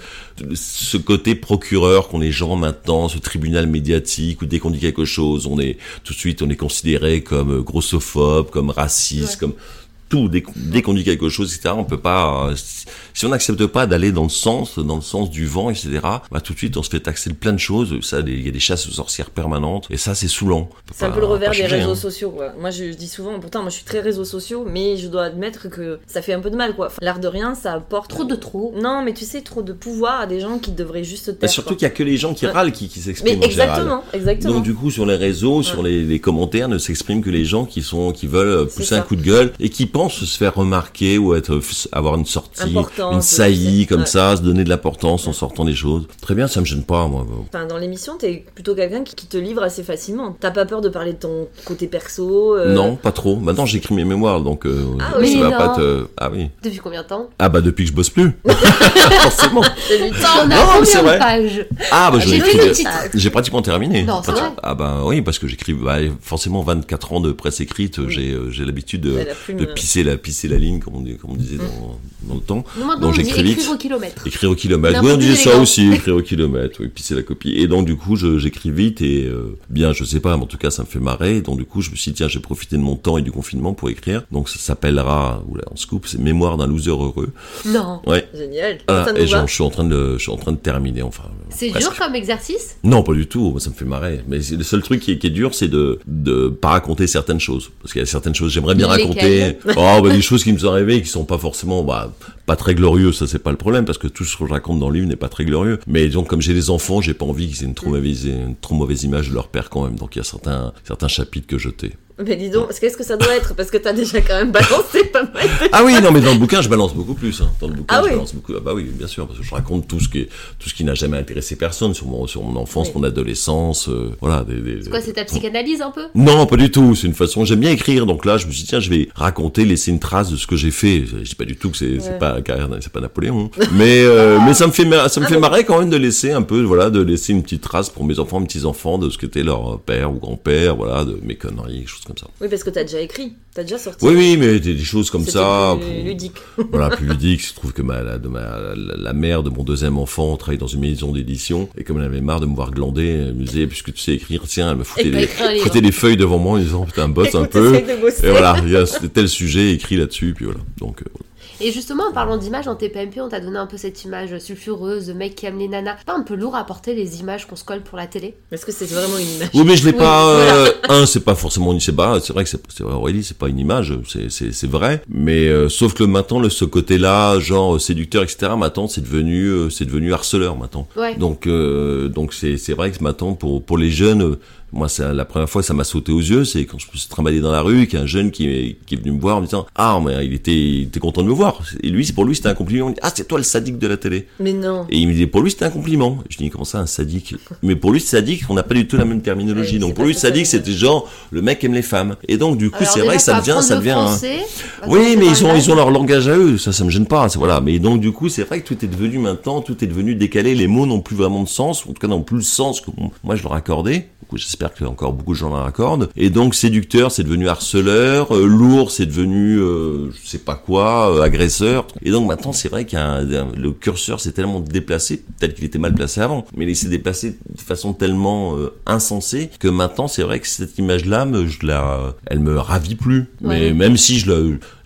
Ce côté procureur qu'ont les gens maintenant, ce tribunal médiatique où dès qu'on dit quelque chose, on est, tout de suite, on est considéré comme grossophobe, comme raciste, Ouais. comme tout. Dès, qu'on- dès qu'on dit quelque chose, et cetera, on peut pas, euh, si- si on n'accepte pas d'aller dans le sens, dans le sens du vent, et cetera, bah, tout de suite, on se fait taxer de plein de choses. Ça, il y a des chasses aux sorcières permanentes. Et ça, c'est saoulant. On peut C'est un pas- peu le revers pas des changer, réseaux hein. sociaux, quoi. Moi, je, je dis souvent, pourtant, moi, je suis très réseaux sociaux, mais je dois admettre que ça fait un peu de mal, quoi. Enfin, l'art de rien, ça apporte... Trop de trop. Non, mais tu sais, trop de pouvoir à des gens qui devraient juste se taire, Bah, surtout quoi. qu'il y a que les gens qui Ouais. râlent qui, qui Mais s'expriment en général. exactement, exactement. Donc du coup sur les réseaux, sur les, les commentaires, ne s'expriment que les gens qui sont qui veulent euh, C'est pousser ça. un coup de gueule et qui pensent se faire remarquer ou être avoir une sortie, Importante, une saillie tu sais. comme Ouais. ça, se donner de l'importance en sortant des choses. Très bien, ça me gêne pas moi. Enfin, dans l'émission, t'es plutôt quelqu'un qui, qui te livre assez facilement. T'as pas peur de parler de ton côté perso euh, Non, pas trop. Maintenant j'écris mes mémoires donc euh, Ah ça oui, va non. pas te... Ah oui. Depuis combien de temps? Ah bah depuis que je bosse plus. Forcément. c'est du temps. On Non, a mais c'est combien vrai. de pages? Ah bah je J'ai l'ai vu écrit. le titre. J'ai pratiquement terminé. Non, c'est Pratiquement- vrai. Ah bah oui, parce que j'écris bah, forcément vingt-quatre ans de presse écrite, j'ai euh, j'ai l'habitude de, Ouais, la plume, de euh. pisser la pisser la ligne comme on, dit- comme on disait dans, dans le temps. Nous, maintenant, Donc, on dit j'écris vite. écrire au kilomètre. Écrire au kilomètre. Mais un Oui, peu on plus disait ça élégant. aussi, écrire au kilomètre, oui, pisser la copie. Et donc du coup, je- j'écris vite et euh, bien, je sais pas, mais en tout cas, ça me fait marrer. Donc du coup, je me suis dit tiens, j'ai profité de mon temps et du confinement pour écrire. Donc ça s'appellera, oula, on se coupe, c'est Mémoire d'un loser heureux. Non. Ouais. Génial. Voilà, ça nous et va. genre, je suis en train de, je suis en train de terminer, enfin. C'est presque. dur comme exercice? Non, pas du tout. Moi, ça me fait marrer. Mais c'est le seul truc qui est, qui est dur, c'est de de pas raconter certaines choses, parce qu'il y a certaines choses j'aimerais bien Lesquelles raconter. Oh, bah, des choses qui me sont arrivées, qui sont pas forcément, bah, pas très glorieuses. Ça, c'est pas le problème, parce que tout ce que je raconte dans le livre n'est pas très glorieux. Mais donc, comme j'ai des enfants, j'ai pas envie qu'ils aient une trop mauvaise, une trop mauvaise image de leur père quand même. Donc, il y a certains certains chapitres que jeter. Mais dis donc, qu'est-ce que ça doit être? Parce que t'as déjà quand même balancé pas mal de... Ah oui, non, mais dans le bouquin, je balance beaucoup plus. Hein. Dans le bouquin, Ah je oui. balance beaucoup. Ah bah oui, bien sûr, parce que je raconte tout ce qui, est, tout ce qui n'a jamais intéressé personne sur mon, sur mon enfance, Oui. mon adolescence, euh, voilà. Des, des, C'est quoi, c'est ta psychanalyse un peu? Non, pas du tout. C'est une façon. J'aime bien écrire, donc là, je me suis dit tiens, je vais raconter, laisser une trace de ce que j'ai fait. Je dis pas du tout que c'est, c'est Ouais. pas la carrière, c'est pas Napoléon, hein. mais euh, mais ça me fait, mar- ça me Ah fait bon. marrer quand même de laisser un peu, voilà, de laisser une petite trace pour mes enfants, mes petits enfants, de ce qu'était leur père ou grand-père, voilà, de mes conneries, des choses comme ça. Oui, parce que t'as déjà écrit. T'as déjà sorti. Oui, oui, mais des, des choses comme C'était ça. plus pour- ludique. Voilà, plus ludique. Je trouve que ma, la, de ma, la, la mère de mon deuxième enfant travaille dans une maison d'édition, et comme elle avait marre de me voir glander, elle me disait, puisque tu sais écrire, tiens, elle me foutait, Et pas les, écrire un livre. foutait les feuilles devant moi en disant, putain, bosse un Écoute, peu. essaye de bosser. Et voilà, il y a tel sujet écrit là-dessus, puis voilà. Donc, euh, voilà. Et justement, en parlant d'images, dans tes P M P, on t'a donné un peu cette image sulfureuse de mec qui aime les nanas. Pas un peu lourd à porter les images qu'on se colle pour la télé? Est-ce que c'est vraiment une image? Oui, mais je l'ai Oui, pas. voilà. euh, un, c'est pas forcément une. C'est pas. C'est vrai que c'est, c'est vrai, Aurélie, c'est pas une image. C'est, c'est, c'est vrai. Mais euh, sauf que maintenant, le, ce côté-là, genre séducteur, et cetera. Maintenant, c'est devenu, euh, c'est devenu harceleur maintenant. Ouais. Donc, euh, donc c'est, c'est vrai que maintenant, pour pour les jeunes. euh, Moi, c'est la première fois que ça m'a sauté aux yeux, c'est quand je me suis trimballé dans la rue, qu'il y a un jeune qui est, qui est venu me voir en me disant « Ah, mais il était, il était content de me voir. » Et lui, c'est pour lui, c'était un compliment. Il dit « Ah, c'est toi le sadique de la télé. » Mais non. Et il me dit pour lui, c'était un compliment. Je dis « Comment ça, un sadique ?» Mais pour lui, sadique, on n'a pas du tout la même terminologie. Ouais, donc c'est pour pas lui, ça, ça sadique, veut dire. c'était genre le mec aime les femmes. Et donc, du coup, Alors c'est déjà, vrai que ça faut devient, ça apprendre devient le un... français, parce Oui, que c'est mais pas ils ont, mal. ils ont leur langage à eux, ça, ça me gêne pas, c'est, voilà. Mais donc, du coup, c'est vrai que tout est devenu maintenant, tout est devenu décalé, les mots n'ont plus vraiment de sens, ou en tout cas n'ont plus le sens que moi je leur accordais. Du coup, j'espère que encore beaucoup de gens leur accordent. Et donc, séducteur, c'est devenu harceleur, euh, lourd, c'est devenu, euh, je sais pas quoi, euh, agresseur. Et donc, maintenant, c'est vrai qu'il y a un, un- le curseur s'est tellement déplacé, peut-être qu'il était mal placé avant, mais il s'est déplacé de façon tellement euh, insensée que maintenant, c'est vrai que cette image-là, me, je la, elle me ravit plus. Ouais. Mais même si je la,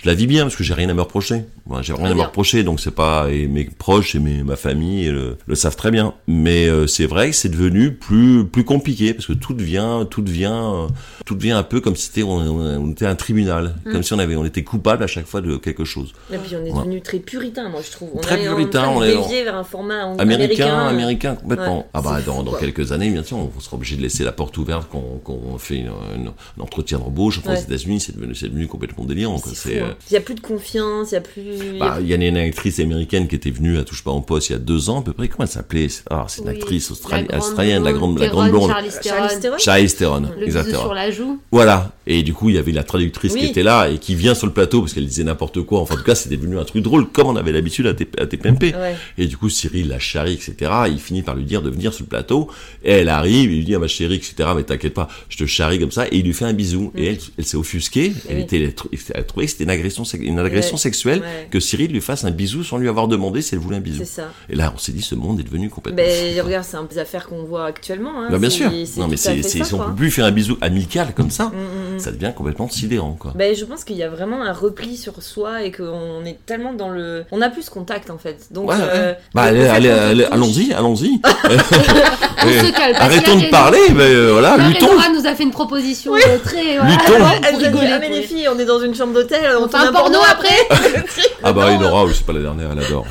je la vis bien parce que j'ai rien à me reprocher. Moi, j'ai rien à me reprocher, donc c'est pas et mes proches et mes, ma famille le, le savent très bien. Mais euh, c'est vrai que c'est devenu plus plus compliqué parce que tout devient tout devient euh, tout devient un peu comme si c'était on, on était un tribunal, mmh. comme si on avait on était coupable à chaque fois de quelque chose. Et puis on est devenu ouais. très puritain, moi je trouve. On très est puritain, en train on de est dévier vers un format américain, américain, américain complètement. Ouais, ah bah dans, fou, dans quelques années, bien sûr, on sera obligé de laisser la porte ouverte quand qu'on fait une, une, un entretien d'embauche. Enfin, ouais. aux États-Unis, c'est devenu c'est devenu complètement délirant. Quoi. C'est fou, hein. Il y a plus de confiance, il y a plus. Bah, il y a une actrice américaine qui était venue à Touche pas en poste il y a deux ans à peu près. Comment elle s'appelait? Ah, c'est une oui, actrice australi- la australienne, la grande, la grande blonde. Charlize Theron. Charlize Theron, le exactement. Bisou sur la joue. Voilà. Et du coup, il y avait la traductrice oui. qui était là et qui vient sur le plateau parce qu'elle disait n'importe quoi. Enfin, en tout cas, c'était devenu un truc drôle, comme on avait l'habitude à, T- à T P M P. Ouais. Et du coup, Cyril la charrie, et cetera. Il finit par lui dire de venir sur le plateau. Et elle arrive, il lui dit, ah, ma chérie, et cetera. Mais t'inquiète pas, je te charrie comme ça. Et il lui fait un bisou. Mm. Et elle, elle s'est offusquée. Elle oui. était, elle a trouvé que c'était une agression, une agression ouais. sexuelle ouais. que Cyril lui fasse un bisou sans lui avoir demandé si elle voulait un bisou. C'est ça. Et là, on s'est dit, ce monde est devenu complètement. Mais fou, regarde, c'est un des affaires qu'on voit actuellement. Hein. Bah, bien c'est, sûr. C'est non, mais c'est, c'est, si on peut plus faire un bisou amical comme ça, mm, mm, ça devient complètement sidérant, quoi. Bah, je pense qu'il y a vraiment un repli sur soi et qu'on est tellement dans le. On a plus ce contact en fait. Donc, ouais, euh, ouais. Bah, allez, allez, allez, allons-y, allons-y. On se calme. Arrêtons de parler, mais euh, voilà, luttons. Laura nous a fait une proposition oui. euh, très. Voilà, luttons. Elle nous a dit, ah, mais les filles, on est dans une chambre d'hôtel, on, on fait un porno après. Ah bah, Laura, oui, c'est pas la dernière, elle adore.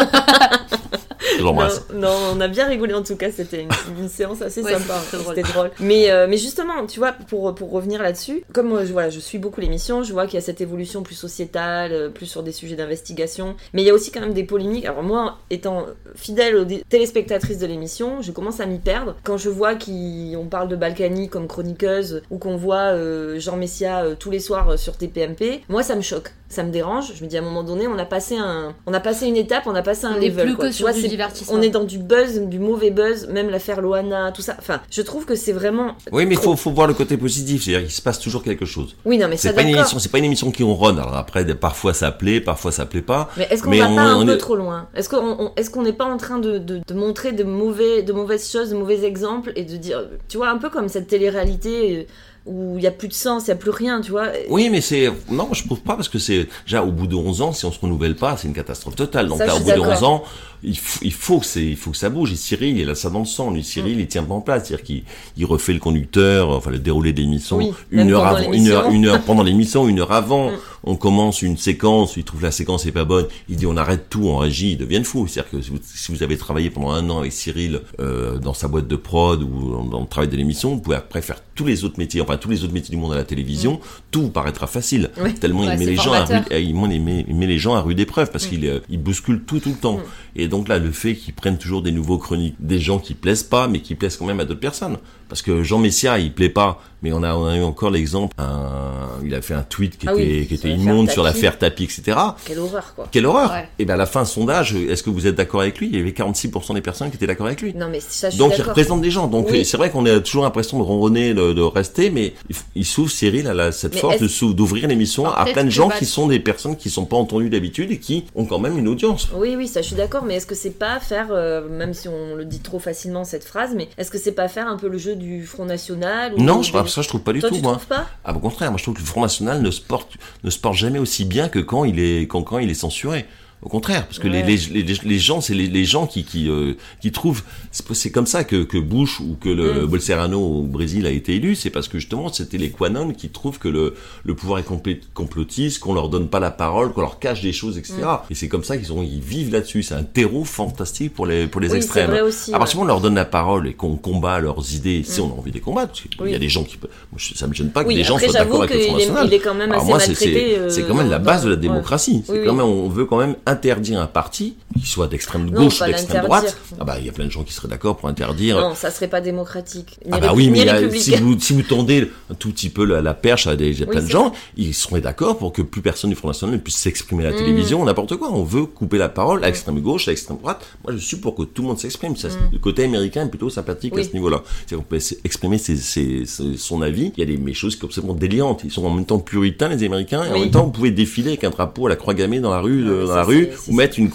Non, non, on a bien rigolé en tout cas, c'était une, une séance assez ouais, sympa, c'était drôle. drôle. Mais, euh, mais justement, tu vois, pour, pour revenir là-dessus, comme moi, je, voilà, je suis beaucoup l'émission, je vois qu'il y a cette évolution plus sociétale, plus sur des sujets d'investigation, mais il y a aussi quand même des polémiques. Alors moi, étant fidèle aux téléspectatrices de l'émission, je commence à m'y perdre. Quand je vois qu'on parle de Balkany comme chroniqueuse, ou qu'on voit euh, Jean Messia euh, tous les soirs sur T P M P, moi ça me choque, ça me dérange. Je me dis à un moment donné, on a passé, un, on a passé une étape, on a passé un on level. Plus quoi. que tu sur vois, du c'est, divertissement. On est dans du buzz, du mauvais buzz, même l'affaire Loana, tout ça. Enfin, je trouve que c'est vraiment. Oui, mais il faut, faut voir le côté positif, c'est-à-dire qu'il se passe toujours quelque chose. Oui, non, mais c'est ça pas d'accord. une émission, c'est pas une émission qui ronronne. Alors après, parfois ça plaît, parfois ça plaît pas. Mais est-ce qu'on mais va on, pas un peu est... trop loin? Est-ce qu'on, on, est-ce qu'on n'est pas en train de, de, de montrer de mauvais, de mauvaises choses, de mauvais exemples et de dire, tu vois, un peu comme cette télé-réalité où il n'y a plus de sens, il n'y a plus rien, tu vois. Oui, mais c'est... Non, je trouve pas, parce que c'est... Déjà, au bout de onze ans, si on se renouvelle pas, c'est une catastrophe totale. Donc ça, là, au bout d'accord. de onze ans, il faut, il faut que c'est, il faut que ça bouge. Et Cyril, il a ça dans le sang. Lui, Cyril, mm. il tient pas en place. C'est-à-dire qu'il il refait le conducteur, enfin, le déroulé de l'émission, oui, une heure avant, une heure, une heure pendant l'émission, une heure avant. Mm. On commence une séquence, il trouve la séquence est pas bonne, il dit on arrête tout en régie, ils deviennent fous. C'est-à-dire que si vous, si vous avez travaillé pendant un an avec Cyril euh, dans sa boîte de prod ou dans le travail de l'émission, vous pouvez après faire tous les autres métiers, enfin tous les autres métiers du monde à la télévision, mm. tout vous paraîtra facile. Oui. Tellement ouais, il met les gens à rude, il met, il met les gens à rude épreuve parce mm. qu'il euh, il bouscule tout tout le temps. Mm. Et donc là, le fait qu'ils prennent toujours des nouveaux chroniques, des gens qui plaisent pas, mais qui plaisent quand même à d'autres personnes. Parce que Jean Messia, il plaît pas, mais on a, on a eu encore l'exemple, un, il a fait un tweet qui ah était, oui, qui était immonde sur l'affaire Tapie, et cetera. Quelle horreur, quoi. Quelle horreur. Ouais. Et ben à la fin, sondage, est-ce que vous êtes d'accord avec lui? Il y avait quarante-six pour cent des personnes qui étaient d'accord avec lui. Non, mais ça, je suis donc d'accord. il représente des gens. Donc oui. c'est vrai qu'on a toujours l'impression de ronronner, de, de rester, mais il, il s'ouvre, Cyril a la, cette mais force de s'ouvre, d'ouvrir l'émission à plein de gens qui sont des personnes qui sont pas entendues d'habitude et qui ont quand même une audience. Oui, oui, ça, je suis d'accord. Mais est-ce que c'est pas faire, euh, même si on le dit trop facilement cette phrase, mais est-ce que c'est pas faire un peu le jeu du Front National? Non, je, ça je trouve pas du Toi, tout, tu moi. Trouves pas Ah, au contraire, moi je trouve que le Front National ne se porte, ne se porte jamais aussi bien que quand il est, quand, quand il est censuré. Au contraire, parce que ouais. les, les, les, les gens, c'est les, les gens qui, qui, euh, qui trouvent, c'est, c'est comme ça que, que Bush ou que le mm. Bolsonaro au Brésil a été élu, c'est parce que justement c'était les Quanon qui trouvent que le, le pouvoir est complé, complotiste, qu'on leur donne pas la parole, qu'on leur cache des choses, et cetera. Mm. Et c'est comme ça qu'ils ont, ils vivent là-dessus. C'est un terreau fantastique pour les, pour les oui, extrêmes. C'est vrai aussi, à partir du ouais. moment où on leur donne la parole et qu'on combat leurs idées, mm. si on a envie de les combattre, parce qu'il oui. y a des gens qui, moi, ça me gêne pas que oui, des gens après, soient d'accord avec le Front National. Il est quand même assez moi, maltraité. C'est, c'est, euh, c'est quand même la base de la démocratie. Ouais. C'est oui, quand oui. même, on veut quand même interdire un parti qui soit d'extrême gauche ou d'extrême droite. Ah bah il y a plein de gens qui seraient d'accord pour interdire. Non, ça serait pas démocratique. Ni ah bah ré- oui, mais ni a, si vous si vous tendez un tout petit peu la, la perche à des il y a plein oui, de gens, vrai. Ils seraient d'accord pour que plus personne du Front National ne puisse s'exprimer à la mmh. télévision, n'importe quoi. On veut couper la parole à l'extrême gauche, à l'extrême droite. Moi, je suis pour que tout le monde s'exprime. Ça, mmh. Le côté américain est plutôt sympathique oui. à ce niveau-là. C'est-à-dire qu'on peut exprimer ses, ses, ses, son avis. Il y a des mes choses qui sont absolument délirantes. Ils sont en même temps puritains les Américains et oui. en même temps vous pouvez défiler avec un drapeau à la croix gammée dans la rue, oui, de, dans ça, la rue, c'est, c'est ou mettre une croix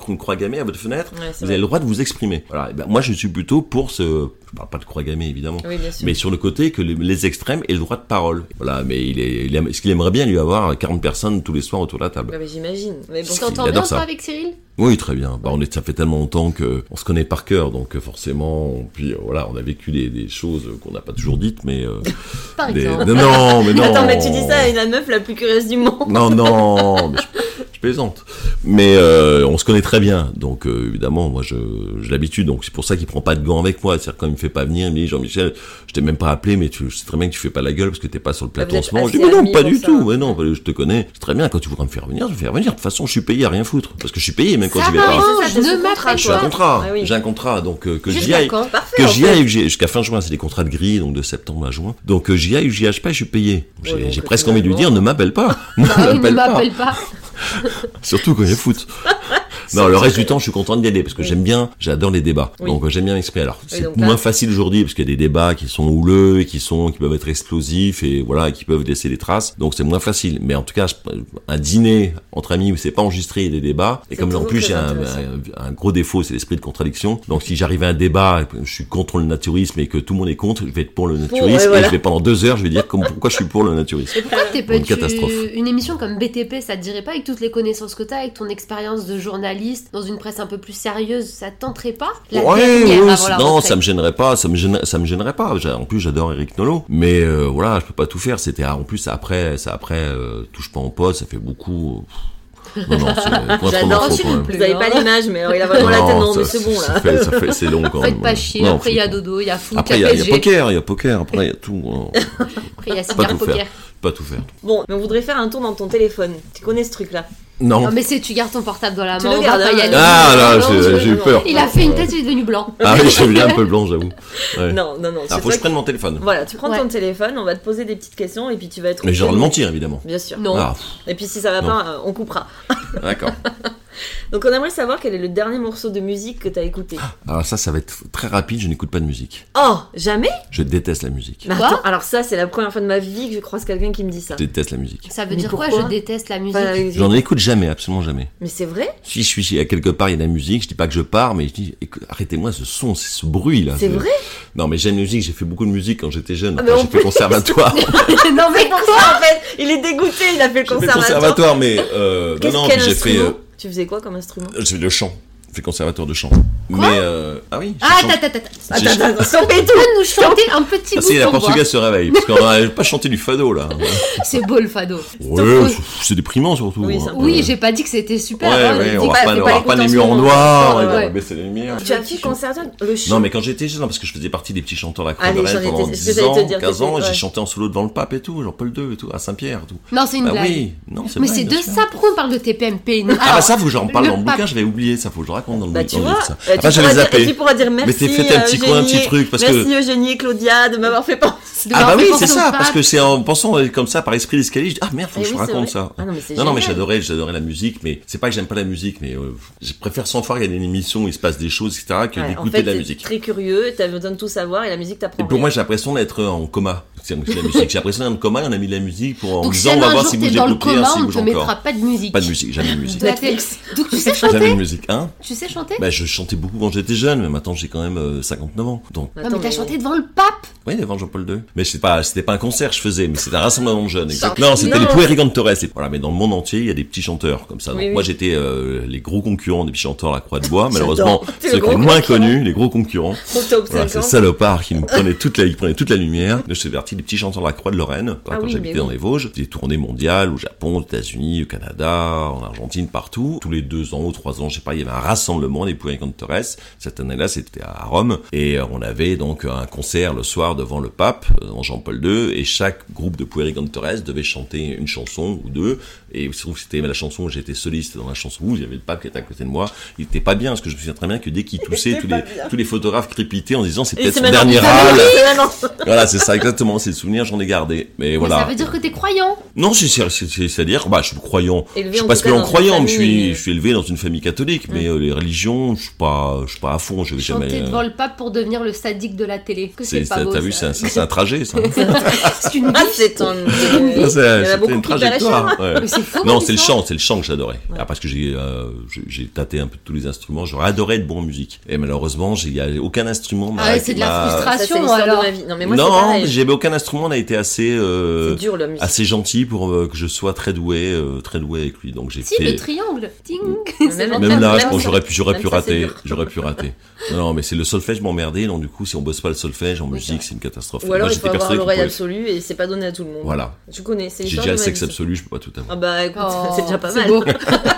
une croix gammée à votre fenêtre, Ouais, c'est vous vrai. avez le droit de vous exprimer. Voilà. Et ben, moi, je suis plutôt pour ce, je parle pas de croix gammée évidemment, Oui, bien sûr. mais sur le côté que les, les extrêmes aient le droit de parole. Voilà. Mais il est, il aime, ce qu'il aimerait bien lui avoir quarante personnes tous les soirs autour de la table. Ouais, mais j'imagine. Mais bon, Tu il t'entends adore bien ça. toi avec Cyril? Oui, très bien. Bah, on est, ça fait tellement longtemps que on se connaît par cœur, donc euh, forcément, puis euh, voilà, on a vécu des, des choses qu'on n'a pas toujours dites, mais euh, Par des- exemple. non, non, mais non. Attends, mais tu dis ça à une meuf la plus curieuse du monde. Non, non, mais je, je plaisante. Mais euh, on se connaît très bien, donc euh, évidemment, moi, je, j'ai l'habitude, donc c'est pour ça qu'il prend pas de gants avec moi. C'est-à-dire quand il me fait pas venir, il me dit Jean-Michel, je t'ai même pas appelé, mais tu je sais très bien que tu fais pas la gueule parce que t'es pas sur le plateau vous en êtes ce moment. Je dis assez mais non, amis pas pour du ça. tout. Mais non, je te connais. C'est très bien. Quand tu voudras me faire venir, je vais faire venir. De toute façon, je suis payé à rien foutre, parce que je suis payé même quand Ça j'y vais va, pas. non, c'est ça, je t'es ne sous contrat, m'appelle Je suis un pas. contrat, Ah oui. j'ai un contrat, donc euh, que j'y Jusqu'à aille, quand? Parfait. que en j'y fait. aille, ou j'y- jusqu'à fin juin, c'est des contrats de grille, donc de septembre à juin. Donc euh, j'y aille ou j'y aille pas, je suis payé. J'ai, Ouais, donc, j'ai presque envie de lui finalement- dire, ne m'appelle pas, ne Ah oui, ne m'appelle pas, m'appelle pas. surtout quand il y a foot. Non, le reste du temps, je suis content d'y aller parce que j'aime bien, j'adore les débats. Oui. Donc euh, j'aime bien m'exprimer. Alors c'est donc là- moins facile aujourd'hui parce qu'il y a des débats qui sont houleux, et qui sont, qui peuvent être explosifs et voilà, qui peuvent laisser des traces. Donc c'est moins facile. Mais en tout cas, je- un dîner entre amis où c'est pas enregistré, il y a des débats. Et C'est comme en toujours plus très j'ai un, intéressant. un, un gros défaut, c'est l'esprit de contradiction. Donc si j'arrive à un débat, et que je suis contre le naturisme et que tout le monde est contre, je vais être pour le naturisme ouais, et voilà. je vais pendant deux heures, je vais dire comme, pourquoi je suis pour le naturisme. Pourquoi t'es pas Une tu- catastrophe. une émission comme B T P, ça te dirait pas avec toutes les connaissances que t'as, avec ton expérience de journaliste dans une presse un peu plus sérieuse, ça te tenterait pas? La Ouais, dernière ouais, avant la non, retraite. ça me gênerait pas, ça me gênerait, ça me gênerait pas. J'ai- En plus, j'adore Eric Nolot, mais euh, voilà, je peux pas tout faire. C'était en plus après, ça après euh, touche pas en poste, ça fait beaucoup. Non, non, c'est pas trop J'adore, d'infos, s'il quand vous même. plaît. Vous avez pas l'image, mais alors il a vraiment la tête. Non, ça- mais c'est bon Ça là. fait, ça fait, c'est long quand même. Faites pas chier, Non, après il y a faut- dodo, il y a foot, Après, il il y y, a a- il y a P S G, poker, il y a poker, après il y a tout. Non, après il y a pas cigare tout poker. faire. Pas tout faire. Bon, mais on voudrait faire un tour dans ton téléphone. Tu connais ce truc-là? Non. Non mais c'est tu gardes ton portable dans la Tu main, le on va gardes, pas y hein. aller. Ah là, Non, j'ai, je- j'ai eu non. peur. Il a fait une tête, il est devenu blanc. Ah oui, j'ai bien un peu blanc, j'avoue. Ouais. Non, non, non. c'est Ah, faut toi que je qui- prenne mon téléphone. Voilà, tu prends Ouais. ton téléphone, on va te poser des petites questions et puis tu vas être. Mais j'ai le droit de obligé mentir, évidemment. Bien sûr. Non. Ah, Et puis si ça va Non. pas, euh, on coupera. d'accord. Donc on aimerait savoir quel est le dernier morceau de musique que t'as écouté. Alors ça, ça va être très rapide, je n'écoute pas de musique. Oh, jamais? Je déteste la musique. Mais Quoi attends, alors ça, c'est la première fois de ma vie que je croise quelqu'un qui me dit ça. Je déteste la musique. Ça veut Mais dire quoi? pourquoi Je déteste la musique. Enfin, J'en écoute jamais, absolument jamais. Mais c'est vrai? Si je suis à quelque part, il y a de la musique, je dis pas que je pars, mais je dis, écoute, arrêtez-moi ce son, c'est ce bruit là. C'est Je- vrai? Non, mais j'aime la musique, j'ai fait beaucoup de musique quand j'étais jeune. Ah, Enfin, mais j'ai on fait peut- conservatoire. non mais C'est pour ça en fait, il est dégoûté, il a fait le J'ai fait conservatoire. conservatoire, mais euh, non, Qu'est-ce non, quel puis j'ai fait, instrument euh, Tu faisais quoi comme instrument? j'ai fait le chant. J'ai fait conservatoire de chant. mais euh, ah oui. j'ai Ah, chanté- attends, attends, attends. j'ai Attends, chanté- attends, stoppez Tu tout. peux nous chanter un petit Ah, bout si, la pour voir. portugaise se réveille, parce qu'on n'a pas chanté du fado là. C'est beau le fado. Ouais, Stop. c'est- c'est déprimant surtout. Oui, hein. c'est un peu- Oui, j'ai pas dit que c'était super. Ouais, hein, ouais, j'ai on dit va que pas, ça on fait va pas pas les les comptes murs en ce moment. noir, Ouais, on va ouais. baisser les lumières. Tu as fait conservatoire, le chant. Non, mais quand j'étais jeune, parce que je faisais partie des petits chanteurs de la Croix Allez, de j'en Rennes étais- pendant c'est ce que dix j'allais te ans, dire, quinze ans, t'étais- et j'ai ouais. chanté en solo devant le pape et tout, Jean-Paul deux et tout, à Saint-Pierre et tout. Non, c'est une Bah blague. oui, non, c'est Mais vrai, c'est bien de sûr. ça, pourquoi on parle de T P M P? Ah bah ça, faut que j'en parle le dans le pape. bouquin, j'avais oublié ça, faut que je raconte dans le, Bah dans tu le vois, livre ça. euh, tu Après, je pourras les dire, et zappé. tu pourras dire merci. Mais t'es fait un petit euh, coin, un Eugénie, petit truc, parce merci que- Eugénie et Claudia de m'avoir fait penser. De Ah leur bah oui, faire c'est penser au ça, pape. parce que c'est en pensant euh, comme ça, par esprit d'escalier, je dis, ah merde, faut Eh que je oui, c'est raconte vrai. ça. Ah non, mais c'est non, non, mais génial. j'adorais, j'adorais la musique, mais c'est pas que j'aime pas la musique, mais euh, je préfère sans fois regarder une émission où il se passe des choses, et cetera, que Ouais, en d'écouter fait, de la t'es musique. très curieux, t'as besoin de tout savoir et la musique t'apprend. Et pour rien. moi, j'ai l'impression d'être en coma. C'est la musique. J'ai l'impression d'être en coma et on a mis de la musique pour en Donc si disant, on va un voir jour si t'es bouge les dans le paupières, coma, si on bouge te mettra encore. pas de musique. Pas de musique, jamais de musique. Toi, t'es- Netflix. Donc tu sais Jamais chanter? de musique, hein. Tu sais chanter? Bah, je chantais beaucoup quand j'étais jeune, mais maintenant j'ai quand même euh, cinquante-neuf ans. Donc, Non, mais t'as chanté devant le pape? oui, devant Jean-Paul deux. Mais c'est pas, c'était pas un concert que je faisais, mais c'était un rassemblement de jeunes. Sorti. Non, c'était Non. les Puerigantores. Et Voilà, mais dans le monde entier, il y a des petits chanteurs comme ça. Donc Oui, oui. moi, j'étais euh, les gros concurrents des petits chanteurs à la Croix de Bois. Malheureusement, T'es le ceux qui gros sont moins concurrent. connus, les gros concurrents. Au top Voilà, ces cinquante. salopards qui nous prenaient toute la, qui prenaient toute la lumière. Là, je faisais partie des petits chanteurs de la Croix de Lorraine. Ah quand oui, j'habitais mais dans oui. les Vosges. Des tournées mondiales au Japon, aux États-Unis, au Canada, en Argentine, partout. Tous les deux ans ou trois ans, je sais pas, il y avait un rassemblement des Puerigantores. Cette année-là, c'était à Rome. Et euh, on avait donc un concert le soir devant le pape, euh, en Jean-Paul deux. Et chaque groupe de Puerigantores devait chanter une chanson ou deux. Et il se trouve que c'était la chanson où j'étais soliste dans la chanson où il y avait le pape qui était à côté de moi. Il était pas bien, parce que je me souviens très bien que dès qu'il toussait, tous les, tous les photographes crépitaient en disant c'est Et peut-être c'est son maintenant- dernier Ah râle. oui, c'est maintenant. Voilà, c'est ça exactement. c'est le souvenir, j'en ai gardé. Mais, Mais voilà. ça veut dire que t'es croyant. Non, c'est, c'est, c'est, c'est, c'est-à-dire, bah, je suis croyant. Élevé Je suis en pas tout cas spécialement dans une croyant, mais je famille, suis, euh, je suis élevé dans une famille catholique. Mais euh, les religions, je suis pas, je suis pas à fond. Je vais Chanter jamais. euh, devant le pape pour devenir le sadique de la télé. Que c'est, c'est, pas ça, beau, t'as vu, ça. c'est, un- ça, c'est un trajet, ça. C'est une Ah, vie. c'est un. Ça, Il y en a c'est- beaucoup c'était une qui paraissent trajectoire. ouais. Mais c'est faux, Non, mon c'est le histoire. chant, c'est le chant que j'adorais. Ah, parce que j'ai, euh, j'ai, j'ai tâté un peu tous les instruments. J'aurais adoré être bon en musique. Et malheureusement, j'ai, y a aucun instrument. Ah ouais, c'est de la m'a- Ça, c'est frustration l'histoire alors. de ma vie. Non, mais moi, c'est non, pareil. j'ai aucun instrument n'a été assez, euh, C'est dur, la musique. assez gentil pour euh, que je sois très doué, euh, très doué avec lui. Donc j'ai Si, fait. le triangle. Ting. Même- C'est même gentil. Même là, Même je pense ça- j'aurais pu, j'aurais même pu ça, c'est rater, dur. j'aurais pu rater. Non, non, mais c'est le solfège m'emmerdait, donc du coup, si on bosse pas le solfège en musique, c'est une catastrophe. Ou alors, Moi, il j'étais faut avoir persuadé qu'on l'oreille pouvait- absolue et c'est pas donné à tout le monde. Voilà. Tu connais, c'est J'ai l'histoire déjà de le ma sexe vie. absolu, je peux pas tout avoir. Ah bah écoute, Oh, c'est déjà pas c'est mal. beau.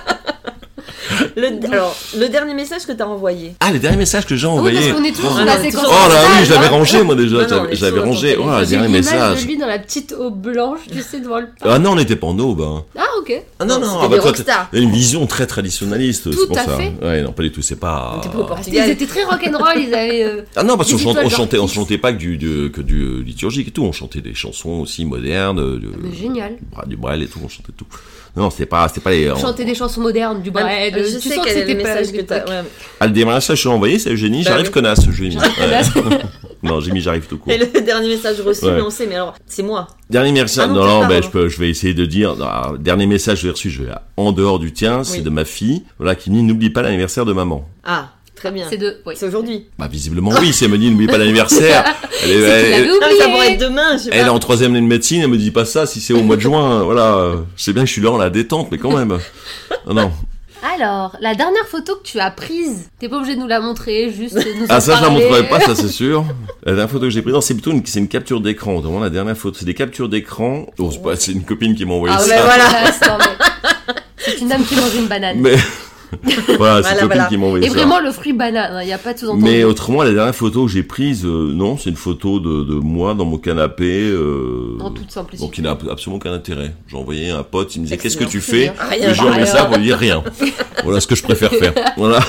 Le, alors, le dernier message que t'as envoyé. Ah, les derniers messages que j'ai Oui, parce envoyés. qu'on est toujours Oh, sur la non, séquence. toujours- Oh là postale, oui, je l'avais hein. rangé moi déjà, Non, non, j'avais- on est j'avais sur ton rangé. téléphone. Oh, le J'ai dernier l'image message. de lui dans la petite aube blanche, tu sais, devant le parc. Ah non, on n'était pas en aube. Hein. Ah, ok. Ah non, Non, non, c'était ah bah des toi, rockstars. t'as une vision très traditionnaliste, Tout c'est pour à ça. fait. Ouais, non, pas du tout, c'est pas. On était pas au Ils Portugal. étaient très rock'n'roll, ils avaient. euh, Ah non, parce des qu'on chante- on étoiles chantait, on d'artistes. chantait pas que du, du- que du euh, liturgique et tout, on chantait des chansons aussi modernes, de- Mais génial. du Brel et tout, on chantait tout. Non, c'était pas, c'était pas les. on- Chanter des chansons modernes, du Brel. Ah, je tu sais sens que quel est le c'était pas. message que une t'as. époque. Ouais. Ah, le démarrage, ça, je suis envoyé, c'est Eugénie, Bah j'arrive oui. connasse, j'ai mis. Connasse. Ouais. Non, j'ai mis j'arrive tout court. Et le dernier message reçu, Ouais. mais on sait, mais alors, c'est moi. Dernier message, Ah non, non, peut-être non, pas, ben, non. je peux, je vais essayer de dire, non, alors, dernier message que j'ai reçu, je vais en dehors du tien, c'est Oui. de ma fille, voilà, qui me dit, n'oublie pas l'anniversaire de maman. Ah, très bien. C'est de. Oui. C'est aujourd'hui. Bah, visiblement, oui, si elle me dit, n'oublie pas l'anniversaire, elle est, C'est qu'il elle- avait Ah, mais ça pourrait oublié. être demain, je sais elle est pas. en troisième année de médecine, elle me dit pas ça si c'est au mois de juin, voilà, je sais bien que je suis là en la détente, mais quand même. Non, non. Alors, la dernière photo que tu as prise, t'es pas obligé de nous la montrer, juste nous en Ah, ça, je la parler. montrerai pas, ça, c'est sûr. La dernière photo que j'ai prise, non, c'est plutôt une, c'est une capture d'écran, vraiment, la dernière photo, c'est des captures d'écran. Oh, c'est pas, c'est une copine qui m'a envoyé Ah, ça. ouais, voilà. Non, mais- C'est une dame qui mange une banane. Mais, voilà, c'est une Voilà, copine voilà. qui m'a envoyé Et ça. vraiment le fruit banane, il n'y a pas de sous-entendu. Mais autrement, la dernière photo que j'ai prise, euh, non, c'est une photo de, de moi dans mon canapé. Euh, En toute simplicité. donc il n'a absolument aucun intérêt. J'ai envoyé un pote, il me disait Excellent. qu'est-ce que tu C'est fais bien. Rien. Et j'ai envoyé Rien. ça pour lui dire rien. Voilà ce que je préfère faire. Voilà,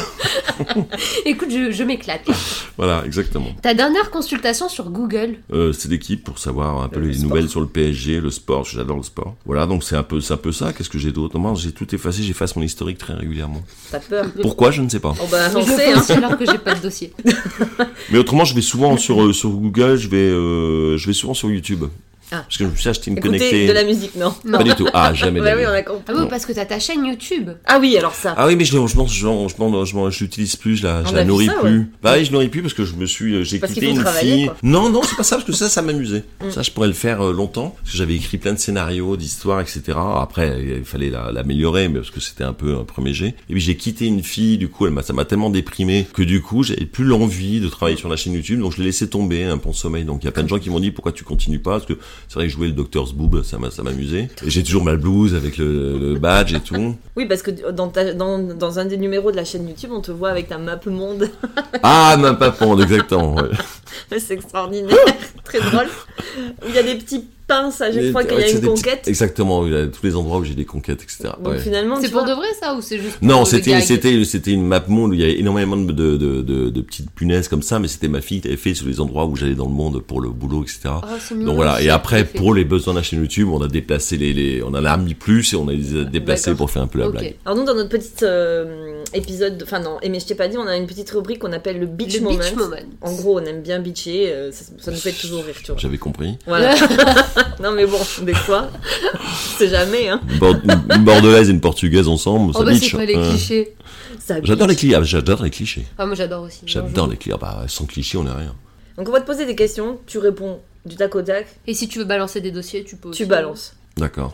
Écoute, je, je m'éclate. là. voilà, exactement. Ta dernière consultation sur Google. Euh, c'est l'équipe pour savoir un peu Le les sport. nouvelles sur le P S G, le sport. J'adore le sport. Voilà, donc c'est un peu, c'est un peu ça. Qu'est-ce que j'ai d'autre? Non, j'ai tout effacé. J'efface mon historique très régulièrement. T'as peur. Pourquoi? Je ne sais pas. Oh bah, Je on le sait, fais hein. aussi alors que j'ai pas de dossier. Mais autrement, je vais souvent sur euh, sur Google. Je vais euh, je vais souvent sur YouTube. Ah. Parce que je me suis acheté une Écoutez connectée. de la musique, non. Non. Pas du tout. Ah, jamais. de Bah la oui, vie. on a compris. Ah oui, parce que t'as ta chaîne YouTube. Ah oui, alors ça. Ah oui, mais je, je, je, je, je, je, je, je l'utilise plus, je la, je On la a vu nourris ça, plus. ouais. Bah oui, je nourris plus parce que je me suis, j'ai Parce quitté qu'il faut une travailler, fille. quoi. Non, non, c'est pas ça, parce que ça, ça m'amusait. Mm. Ça, je pourrais le faire euh, longtemps, parce que j'avais écrit plein de scénarios, d'histoires, et cetera. Après, il fallait la- l'améliorer, mais parce que c'était un peu un premier jet. Et puis j'ai quitté une fille, du coup, elle m'a, ça m'a tellement déprimé que du coup, j'avais plus l'envie de travailler sur la chaîne YouTube, donc je l'ai laissé tomber, un bon sommeil. Donc il y a plein de gens qui m'ont dit pourquoi tu continues pas, parce que c'est vrai que jouer le docteur Zboob, ça m'a, ça m'amusait. Et j'ai toujours mal blues avec le, le badge et tout. Oui, parce que dans, ta, dans, dans un des numéros de la chaîne YouTube, on te voit avec ta map monde. Ah, ma papande, exactement. Ouais. C'est extraordinaire, très drôle. Il y a des petits pinces à chaque Et- fois qu'il y ouais, a c'est une des petits- conquête. Exactement, il y a tous les endroits où j'ai des conquêtes, et cetera. Donc Ouais. finalement, C'est tu pour vois, de vrai ça ou c'est juste pour Non, le c'était gag c'était c'était une map monde où il y avait énormément de de de, de, de petites punaises comme ça, mais c'était ma fille qui avait fait sur les endroits où j'allais dans le monde pour le boulot, et cetera. Oh, c'est mignon, Donc voilà. Et c'est après, fait. pour les besoins de la chaîne YouTube, on a déplacé les les, on en a mis plus et on a les a déplacés D'accord. pour faire un peu la Ok. blague. Alors nous, dans notre petit euh, épisode, enfin non, et mais je t'ai pas dit, on a une petite rubrique qu'on appelle le beach Le moment. beach moment. En gros, on aime bien beacher, euh, ça, ça nous fait toujours rire, tu vois. J'avais compris. Voilà. Non mais bon, des fois, c'est jamais, hein. Une, bord- une- une bordelaise et une portugaise ensemble, ça Oh bah bitch. c'est pas les Ouais. clichés. Ça J'adore les beach. clichés. Ah, j'adore les clichés. Ah moi j'adore aussi. J'adore les clichés. Ah bah sans clichés, on n'est rien. Donc on va te poser des questions, tu réponds du tac au tac, Et si tu veux balancer des dossiers, tu peux aussi. tu balances. D'accord.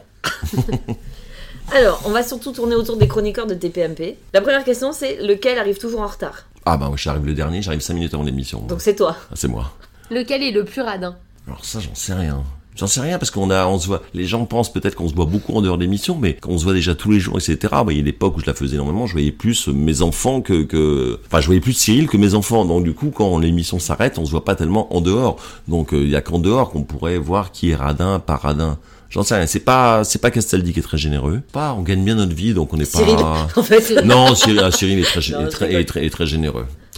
Alors, on va surtout tourner autour des chroniqueurs de T P M P. La première question, c'est lequel arrive toujours en retard. Ah bah moi j'arrive le dernier, j'arrive cinq minutes avant l'émission. Donc c'est toi. Ah, c'est moi. Lequel est le plus radin? Alors ça, j'en sais rien. J'en sais rien parce qu'on a, on se voit. Les gens pensent peut-être qu'on se voit beaucoup en dehors de l'émission, mais qu'on se voit déjà tous les jours, et cetera. Bah, il y a l'époque où je la faisais énormément, je voyais plus mes enfants que, que, enfin, je voyais plus Cyril que mes enfants. Donc du coup, quand l'émission s'arrête, on se voit pas tellement en dehors. Donc euh, il y a qu'en dehors qu'on pourrait voir qui est radin, pas radin. J'en sais rien. C'est pas, c'est pas Castaldi qui est très généreux. Pas, on gagne bien notre vie, donc on n'est Cyril, pas. en fait. Non, Cyril, ah, Cyril est très, Non, est je très, rigole. est très, est très généreux. Très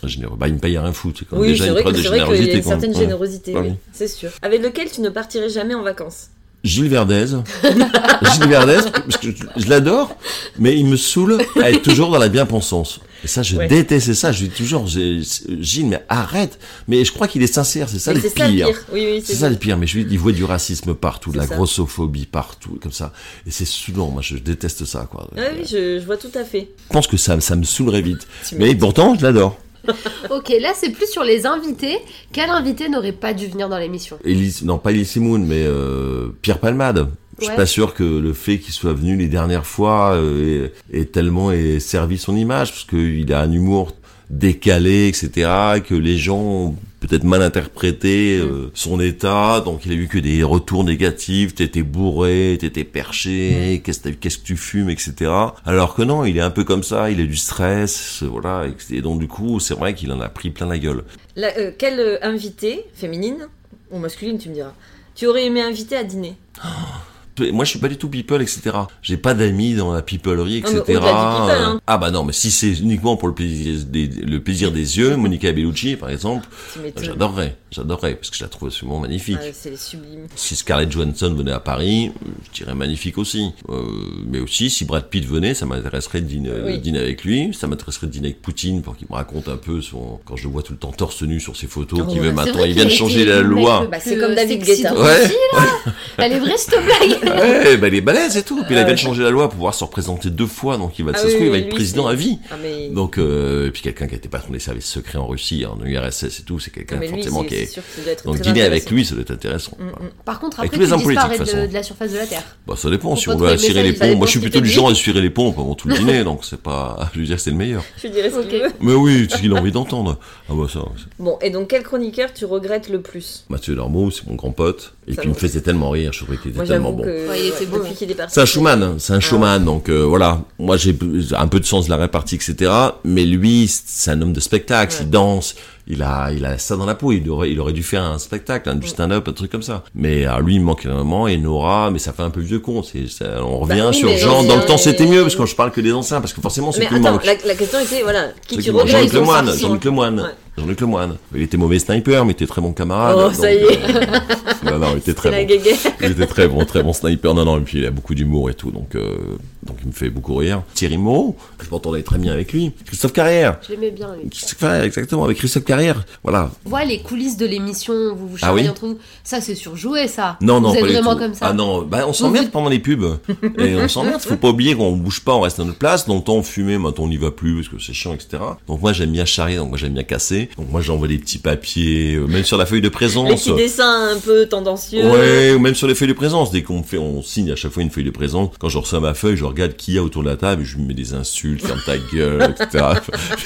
très généreux. Bah, il me paye à rien foutre. C'est quand même Oui, déjà c'est une vrai, preuve que, de c'est vrai qu'il y a générosité. une quoi. certaine Ouais. générosité, Ouais, oui, oui. c'est sûr. Avec lequel tu ne partirais jamais en vacances? Gilles Verdez. Gilles Verdez, parce que je, je l'adore, mais il me saoule à être toujours dans la bien-pensance. Et ça, je Ouais. déteste ça. Je dis toujours, j'ai- Gilles, mais arrête. Mais je crois qu'il est sincère, c'est ça Mais le c'est ça le pire. pire. Oui, oui, C'est ça le pire, mais je lui dis, il voit du racisme partout, de C'est la ça. grossophobie partout, comme ça. Et c'est saoulant, moi, je déteste ça, quoi. Ah oui, je, je vois tout à fait. Je pense que ça, ça me saoulerait vite. Tu Mais pourtant, je l'adore. Ok, là c'est plus sur les invités. Quel invité n'aurait pas dû venir dans l'émission? Elise, non, pas Elise Moon, mais euh, Pierre Palmade. Je suis Ouais. pas sûr que le fait qu'il soit venu les dernières fois euh, ait, ait tellement ait servi son image, parce qu'il a un humour décalé, et cetera, que les gens ont peut-être mal interprété euh, son état, donc il a eu que des retours négatifs, t'étais bourré, t'étais perché, qu'est-ce que, qu'est-ce que tu fumes, et cetera. Alors que non, il est un peu comme ça, il a du stress, voilà, et donc du coup, c'est vrai qu'il en a pris plein la gueule. La, euh, quelle euh, invitée, féminine ou masculine, tu me diras, tu aurais aimé inviter à dîner? Moi, je suis pas du tout people, et cetera. J'ai pas d'amis dans la peoplerie, Ah, mais et cetera. au-delà du people, hein. Ah bah non, mais si c'est uniquement pour le plaisir des, le plaisir des yeux, Monica Bellucci, par exemple, Tu m'étonnes. j'adorerais, j'adorerais, parce que je la trouve absolument magnifique. Ah, c'est les sublimes. Si Scarlett Johansson venait à Paris, je dirais magnifique aussi. Euh, mais aussi, si Brad Pitt venait, ça m'intéresserait de dîner, Oui. de dîner avec lui. Ça m'intéresserait de dîner avec Poutine pour qu'il me raconte un peu son... Quand je le vois tout le temps torse nu sur ses photos, Oh, qui ouais, veut c'est maintenant, vrai il vient de qu'il a changer été la le mec loi. le Bah, plus c'est comme David sexy Guetta. de Ouais. Russie, là. Elle est vraie cette blague. Ouais, bah, il est balèze et tout. Puis là, il Ouais. vient de changer la loi pour pouvoir se représenter deux fois, donc il va, Ah ça se oui, trouve, il va oui, être lui, président c'est- à vie. Ah, mais... Donc, euh, et puis quelqu'un qui a été patron des services secrets en Russie, en U R S S et tout, c'est quelqu'un Ah, mais lui, forcément c'est, qui c'est est... sûr qu'il doit être Donc très dîner avec intéressant. lui, ça doit être intéressant. Mm, mm. Par contre, Avec après, tous les tu hommes politiques, disparais de toute de, façon. de la surface de la Terre. Bah, ça dépend, Faut si pas on trop doit aimer cirer ça, les ça dépend pompes. Moi, je suis ce qu'il plutôt te du dit. genre à cirer les pompes avant tout le dîner, donc c'est pas, je veux dire, c'est le meilleur. Je dirais ce qu'il Ok. veut. Mais oui, c'est ce qu'il a envie d'entendre. Ah bah ça, c'est- Bon, et donc quel chroniqueur tu regrettes le plus? Mathieu Darmot, c'est mon grand pote. Et Ça puis il me va. faisait tellement rire, je trouvais qu'il était Moi, tellement j'avoue bon. que Ouais, il était bon, depuis ouais. qu'il est parti. C'est un showman, hein, c'est un Ah. showman, donc euh, voilà. Moi, j'ai un peu de sens de la répartie, et cetera. Mais lui, c'est un homme de spectacle, Ouais. il danse, il a, il a ça dans la peau. Il aurait, il aurait dû faire un spectacle, hein, du stand-up, un truc comme ça. Mais alors, lui, il me manque énormément. Et Nora, mais ça fait un peu vieux con. C'est, ça- on revient Bah oui, sur mais- genre dans le temps, mais- c'était mieux, parce que quand je parle que des anciens, parce que forcément, c'est Mais plus attends, manque. la, la question était, voilà, qui C'est tu qui manque. regrettes? Jean-Luc ils sont Lemoine, sortis. Jean-Luc Lemoine. Ouais. Jean-Luc Lemoine. Il était mauvais sniper, mais il était très bon camarade. Oh, donc, ça y est. euh, non, non, il était C'est très la bon. guéguerre. Il était très bon, très bon sniper. Non, non, et puis il a beaucoup d'humour et tout, donc, euh, donc il me fait beaucoup rire. Thierry Moreau, je m'entendais très bien avec lui. Christophe Carrière. Je l'aimais bien, lui. Christophe Carrière, exactement, avec Christophe Carrière. Voilà. Voilà les coulisses de l'émission, vous vous Ah charriez oui entre vous. Ça, c'est surjoué, ça. Non, non, vous êtes pas du vraiment tout. comme ça. Ah non, bah, on s'emmerde pendant les pubs. Et on s'emmerde. Faut pas oublier qu'on bouge pas, on reste à notre place. Longtemps on fumait, maintenant on n'y va plus parce que c'est chiant, et cetera. Donc moi j'aime bien charrier, donc moi j'aime bien casser. Donc moi j'envoie des petits papiers, euh, même sur la feuille de Les présence. petits dessins un peu tendancieux. Ouais, ou même sur les feuilles de présence. Dès qu'on fait, on signe à chaque fois une feuille de présence. Quand je reçois ma feuille, je regarde qui y a autour de la table, et je lui mets des insultes, ferme ta gueule, et cetera.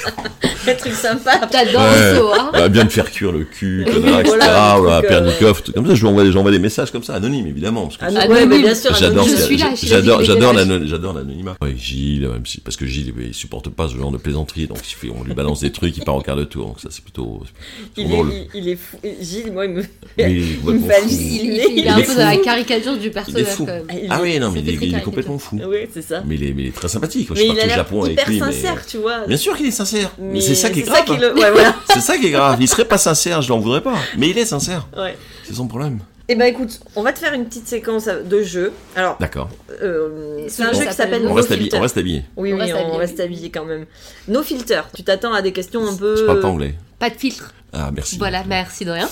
Un truc sympa. T'adores Ouais. Rousseau, hein. Bah, bien de faire cuire le cul, connard, et cetera. Voilà, le Voilà, truc, Pernikov, tout comme ça. Je lui envoie, j'envoie des messages comme ça, anonymes évidemment. Parce que Ah, non, Anonyme. ouais, mais bien sûr, J'adore, anonyme. Je ça, suis là, j'a- je suis j'adore, là, j'adore, je suis là. l'ano- j'adore l'anonymat. Ouais, Gilles, même si, parce que Gilles, il supporte pas ce genre de plaisanterie, donc il fait, on lui balance des trucs, il part au quart de tour, donc ça c'est plutôt, c'est Il plutôt est, drôle. il, il est fou. Gilles, moi, il me, Mais il est il me complètement fait fou. halluciner. Il, il est un Il est peu dans la fou. caricature du Il est personnage, fou. quand même. Il Ah est- oui, non, mais C'était il est, très il est caricature. complètement fou. Oui, c'est ça. Mais il est, mais il est très sympathique. Moi, Mais je suis il parti a au l'air Japon avec hyper lui, mais... sincère, tu vois. Bien sûr qu'il est sincère. Mais, c'est ça qui est c'est ça grave. qui le... Ouais, voilà. C'est ça qui est grave. Il serait pas sincère, je l'en voudrais pas. Mais il est sincère. Ouais. C'est son problème. Eh ben écoute, on va te faire une petite séquence de jeu. Alors, D'accord. euh, c'est un Ça jeu qui s'appelle s'appelle No On No reste habillé. Filter. On reste habillé. Oui, On oui, reste on habillé, reste oui. habillé quand même. No Filter. Tu t'attends à des questions un peu. Je parle pas anglais. Pas de filtre. Ah, merci. Voilà, merci de rien.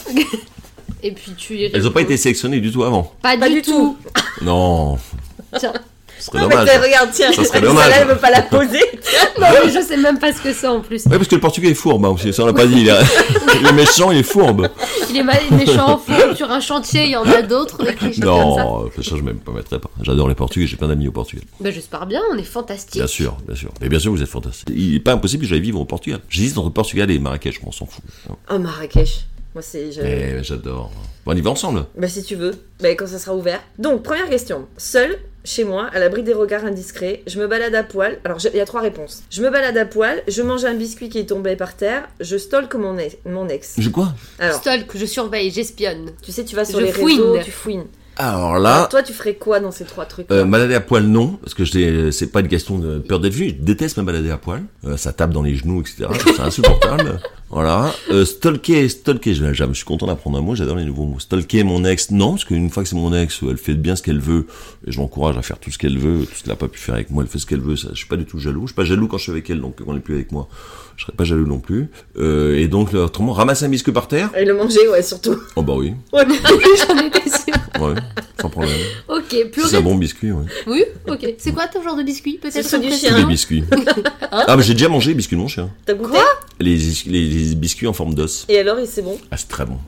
Et puis tu y Elles ont pas été sélectionnées du tout avant. Pas, Pas du, du tout. Non. Tiens. Ce serait Non, mais dommage. t'as- regarde, tiens, Ça serait Anissa, dommage. là, elle veut pas la poser. Non, mais je sais même pas ce que c'est en plus. Ouais, parce que le portugais est fourbe, hein, aussi, ça on l'a pas dit. Il est... le méchant, il est fourbe. Il est mal, méchant, fou, sur un chantier, il y en a d'autres, des clichés comme ça. Non, ça je même pas mettrais pas. J'adore les portugais, j'ai plein d'amis au Portugal. Bah j'espère bien, on est fantastique. Bien sûr, bien sûr. Mais bien sûr, vous êtes fantastique. Il est pas impossible que j'aille vivre au Portugal. J'hésite entre Portugal et Marrakech, on s'en fout. Oh, Marrakech. Moi, c'est. je- Mais j'adore. Bon, on y va ensemble. Bah, si tu veux. Bah, quand ça sera ouvert. Donc, première question. Seule, chez moi, à l'abri des regards indiscrets, je me balade à poil. Alors, je- il y a trois réponses. Je me balade à poil, je mange un biscuit qui est tombé par terre, je stalk mon, ex- mon ex. Je quoi Alors, Stalk, je surveille, j'espionne. tu sais, tu vas sur Je les fouine. réseaux, tu fouines. Alors Alors, là, toi, tu ferais quoi dans ces trois trucs euh, me balader à poil, non, parce que j'ai- c'est pas une question de peur d'être vu. Je déteste me balader à poil. Euh, ça tape dans les genoux, et cetera. C'est insupportable. Voilà. Euh, stalker, stalker, je, je, je suis content d'apprendre un mot, j'adore les nouveaux mots. Stalker mon ex, non, parce qu'une fois que c'est mon ex, elle fait bien ce qu'elle veut, et je l'encourage à faire tout ce qu'elle veut, tout ce qu'elle a pas pu faire avec moi, elle fait ce qu'elle veut, ça, je suis pas du tout jaloux. Je suis pas jaloux quand je suis avec elle, donc quand elle est plus avec moi, je serais pas jaloux non plus. Euh, et donc, là, autrement, ramasser un biscuit par terre. Et le manger, ouais, surtout. Oh bah oui. Ouais. J'en étais sûre. Ouais, sans problème. Ok, Si pleurer. c'est un bon biscuit, ouais. Oui, ok. C'est quoi ton genre de biscuit? Peut-être C'est celui un du précis, Tous chien. les biscuits. Hein Ah, mais j'ai déjà mangé les biscuits de mon chien. T'as goûté? Les, les, les biscuits en forme d'os. Et alors, c'est bon? Ah, c'est très bon.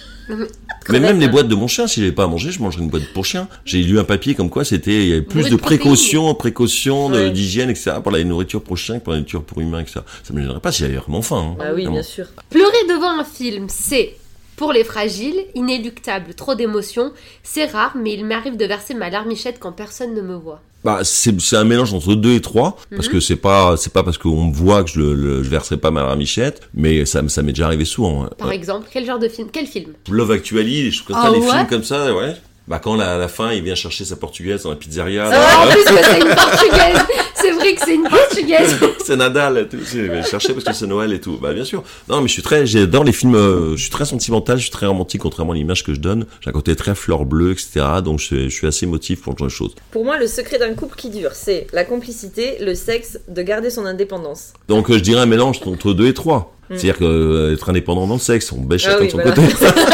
Mais même les boîtes de mon chien, si j'avais pas à manger, je mangerais une boîte pour chien. J'ai lu un papier comme quoi c'était, il y avait plus Boîte de de protéines. précautions, précautions de- Ouais. d'hygiène, et cetera pour la nourriture pour chien que pour la nourriture pour humain, et cetera. Ça me gênerait pas si j'avais vraiment faim. Hein. Bah oui, Vraiment. bien sûr. Pleurer devant un film, c'est, pour les fragiles, inéluctable, trop d'émotions. C'est rare, mais il m'arrive de verser ma larmichette quand personne ne me voit. Bah, c'est, c'est un mélange entre deux et trois, parce Mhm. que c'est pas, c'est pas parce qu'on me voit que je le, le- je verserai pas ma larmichette, mais ça, ça m'est déjà arrivé souvent. Hein. Par exemple, quel genre de film? Quel film? Love Actually, les choses comme ça, Ah les ouais films comme ça, ouais. Bah, quand à la fin, il vient chercher sa portugaise dans la pizzeria. Ah, là, en plus que c'est une portugaise. C'est vrai que c'est une portugaise. c'est Nadal, tout, il va chercher parce que c'est Noël et tout. Bah, bien sûr. Non, mais je suis très, j'adore les films, euh, je suis très sentimental, je suis très romantique, contrairement à l'image que je donne. J'ai un côté très fleur bleue, et cetera. Donc, je, suis- je suis assez émotif pour ce genre de choses. Pour moi, le secret d'un couple qui dure, c'est la complicité, le sexe, de garder son indépendance. Donc, euh, je dirais un mélange entre deux et trois. Mm. C'est-à-dire que, euh, être indépendant dans le sexe, on baisse Ah chacun oui, de son voilà. côté.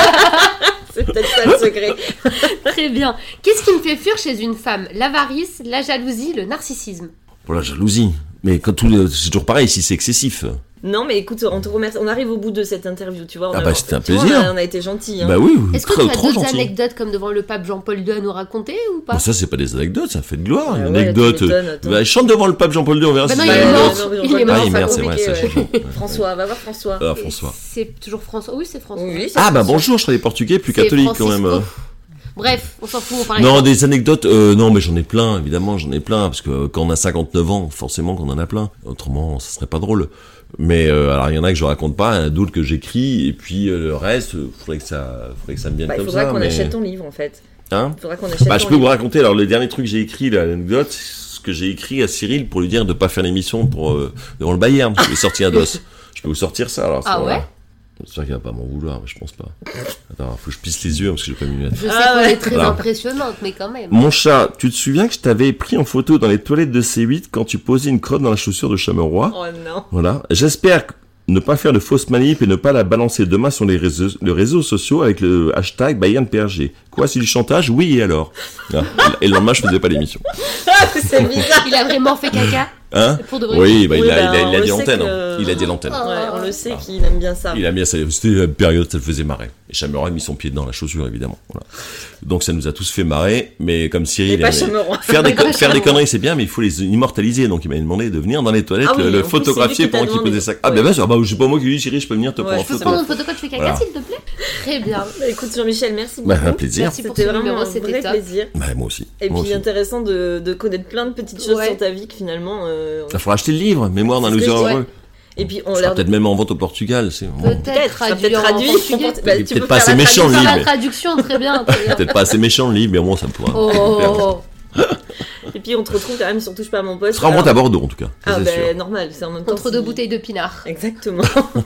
C'est peut-être ça le secret. Très bien. Qu'est-ce qui me fait fuir chez une femme? L'avarice, la jalousie, le narcissisme. Pour la jalousie. Mais quand tout, c'est toujours pareil, si c'est excessif. Non, mais écoute, on te remercie. On arrive au bout de cette interview, tu vois. On Ah a- bah, c'était un tu vois, plaisir. on a, on a été gentils. Hein. Bah oui, Est-ce que très, tu as trop d'autres gentil. anecdotes comme devant le pape Jean-Paul deux à nous raconter ou pas? Bah, ça, c'est pas des anecdotes, ça fait de gloire. Ah Une ouais, anecdote. tu m'étonnes, attends. Bah, chante devant le pape Jean-Paul deux, on verra Bah si non, c'est il une est anecdote. mort. non, Il est mort. Ah, il est enfin, merde, c'est vrai, compliqué, ça, ouais. j'ai chaud. Ouais. François, va voir François. Ah, Et François. C'est toujours François. Oui, c'est François. Oui, oui, c'est Ah, bah François. bonjour, je serais des portugais plus C'est catholiques quand Francisco. même. Bref, on s'en fout, on parle. Non, des anecdotes, euh, non, mais j'en ai plein, évidemment, j'en ai plein, parce que quand on a cinquante-neuf ans, forcément qu'on en a plein. Autrement, ça serait pas drôle. Mais euh, alors, il y en a que je raconte pas, il y en a d'autres que j'écris, et puis euh, le reste, euh, faudrait que ça, faudrait que ça me vienne Bah, il comme faudra ça. qu'on mais... achète ton livre en fait. Hein Il faudra qu'on achète Bah, ton je peux vous livre. raconter, alors, le dernier truc que j'ai écrit, là, l'anecdote, c'est ce que j'ai écrit à Cyril pour lui dire de pas faire l'émission pour, euh, devant le Bayern, parce qu'il est sorti un dos. Je peux vous sortir ça, alors. à ce Ah moment-là. ouais J'espère qu'il va pas m'en vouloir, mais je pense pas. Attends, faut que je pisse les yeux, parce que j'ai pas mis mes lunettes. Je sais Ah qu'on ouais. est très Voilà. impressionnante, mais quand même. Mon chat, tu te souviens que je t'avais pris en photo dans les toilettes de C huit quand tu posais une crotte dans la chaussure de Chameroy? Oh non. Voilà. J'espère que- ne pas faire de fausses manips et ne pas la balancer demain sur les réseaux, les réseaux sociaux avec le hashtag BayernPRG. Quoi, c'est du chantage? Oui, et alors? Voilà. Et le lendemain, je faisais pas l'émission. Ah, c'est bizarre. Il a vraiment fait caca Hein? pour de vrai. Oui, bah, il Oui, a, bah, il a, il on a le dit sait l'antenne. que- hein. Il a dit l'antenne. Ah. Ouais, on le sait qu'il aime bien ça. Il a mis ça, c'était la période, ça le faisait marrer. Et Chameroy a mis son pied dans la chaussure, évidemment. Voilà. Donc ça nous a tous fait marrer, mais comme Cyril Et pas aimait- Chameroy. faire des, Mais pas co- faire des Chameroy. conneries c'est bien, mais il faut les immortaliser. Donc il m'a demandé de venir dans les toilettes, Ah oui, le, le en plus, c'est photographier lui qui t'a pendant qu'il demandé. posait ça. Ah Ouais. ben bien sûr, bah, c'est pas moi qui lui ai dit Cyril, je peux venir te Ouais, prendre en Je peux photo. prendre une photo quand tu fais caca, Voilà. s'il te plaît? Très bien. Bah, écoute Jean-Michel, merci beaucoup. Bah, un plaisir. Merci pour C'était ce vraiment numéro, un c'était vrai top. plaisir. Bah, moi aussi. Et moi puis aussi. intéressant de, de connaître plein de petites choses Ouais. sur ta vie que finalement. euh, on- Il faudra acheter le livre, Mémoire d'un C'est ce que loser je dis, heureux. Et puis on Ça leur sera peut-être même en vente au Portugal. C'est bon. Peut-être Peut-être, ça peut traduit être en traduit. portugais. Bah, Il est tu peut-être peux pas faire assez la méchant, Faire le traduction. la livre. traduction, très bien. très bien. Peut-être pas assez méchant le livre, mais bon, ça pourra. Oh. Et puis on te retrouve quand même sur Touche pas à mon poste. Ce sera en vente à Bordeaux, en tout cas. Ah Ça, c'est ben sûr. normal, c'est en même temps. Entre deux si- bouteilles de pinard. Exactement.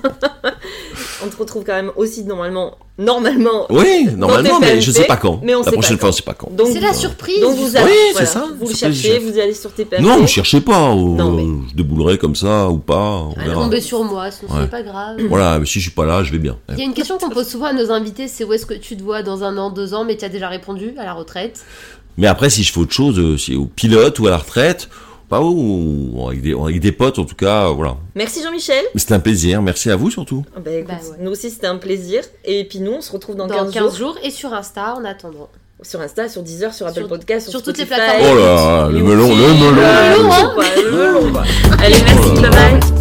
On te retrouve quand même aussi normalement, normalement. Oui, normalement, tes mais je P M P, sais pas quand. mais on La sait prochaine pas fois, quand. on sait pas quand. Donc C'est la surprise. Donc vous Oui, allez, c'est voilà, ça, vous le surprise, cherchez, chef. vous allez sur tes P M P. Non, ne cherchez pas. ou- Non, mais- Je déboulerai comme ça ou pas. On Elle est verra. tombée sur moi, sinon Ouais. c'est pas grave. Voilà, mais si je suis pas là, je vais bien. Il y a une question qu'on pose souvent à nos invités, c'est où est-ce que tu te vois dans un an, deux ans, mais tu as déjà répondu, à la retraite. Mais après, si je fais autre chose, euh, si au pilote ou à la retraite, pas où, ou avec des, avec des potes, en tout cas, voilà. Merci Jean-Michel. Mais c'était un plaisir. Merci à vous surtout. Ah bah, écoute, Bah ouais. nous aussi c'était un plaisir. Et puis nous on se retrouve dans, Dans quinze, quinze jours. jours et sur Insta en attendant. Sur Insta, sur Deezer, sur Apple Sur- Podcast, sur, sur toutes les Spotify, plateformes. Oh là là, le YouTube, melon, le melon. euh, Le melon, je sais hein. pas, le melon, quoi. Allez, merci, bye bye.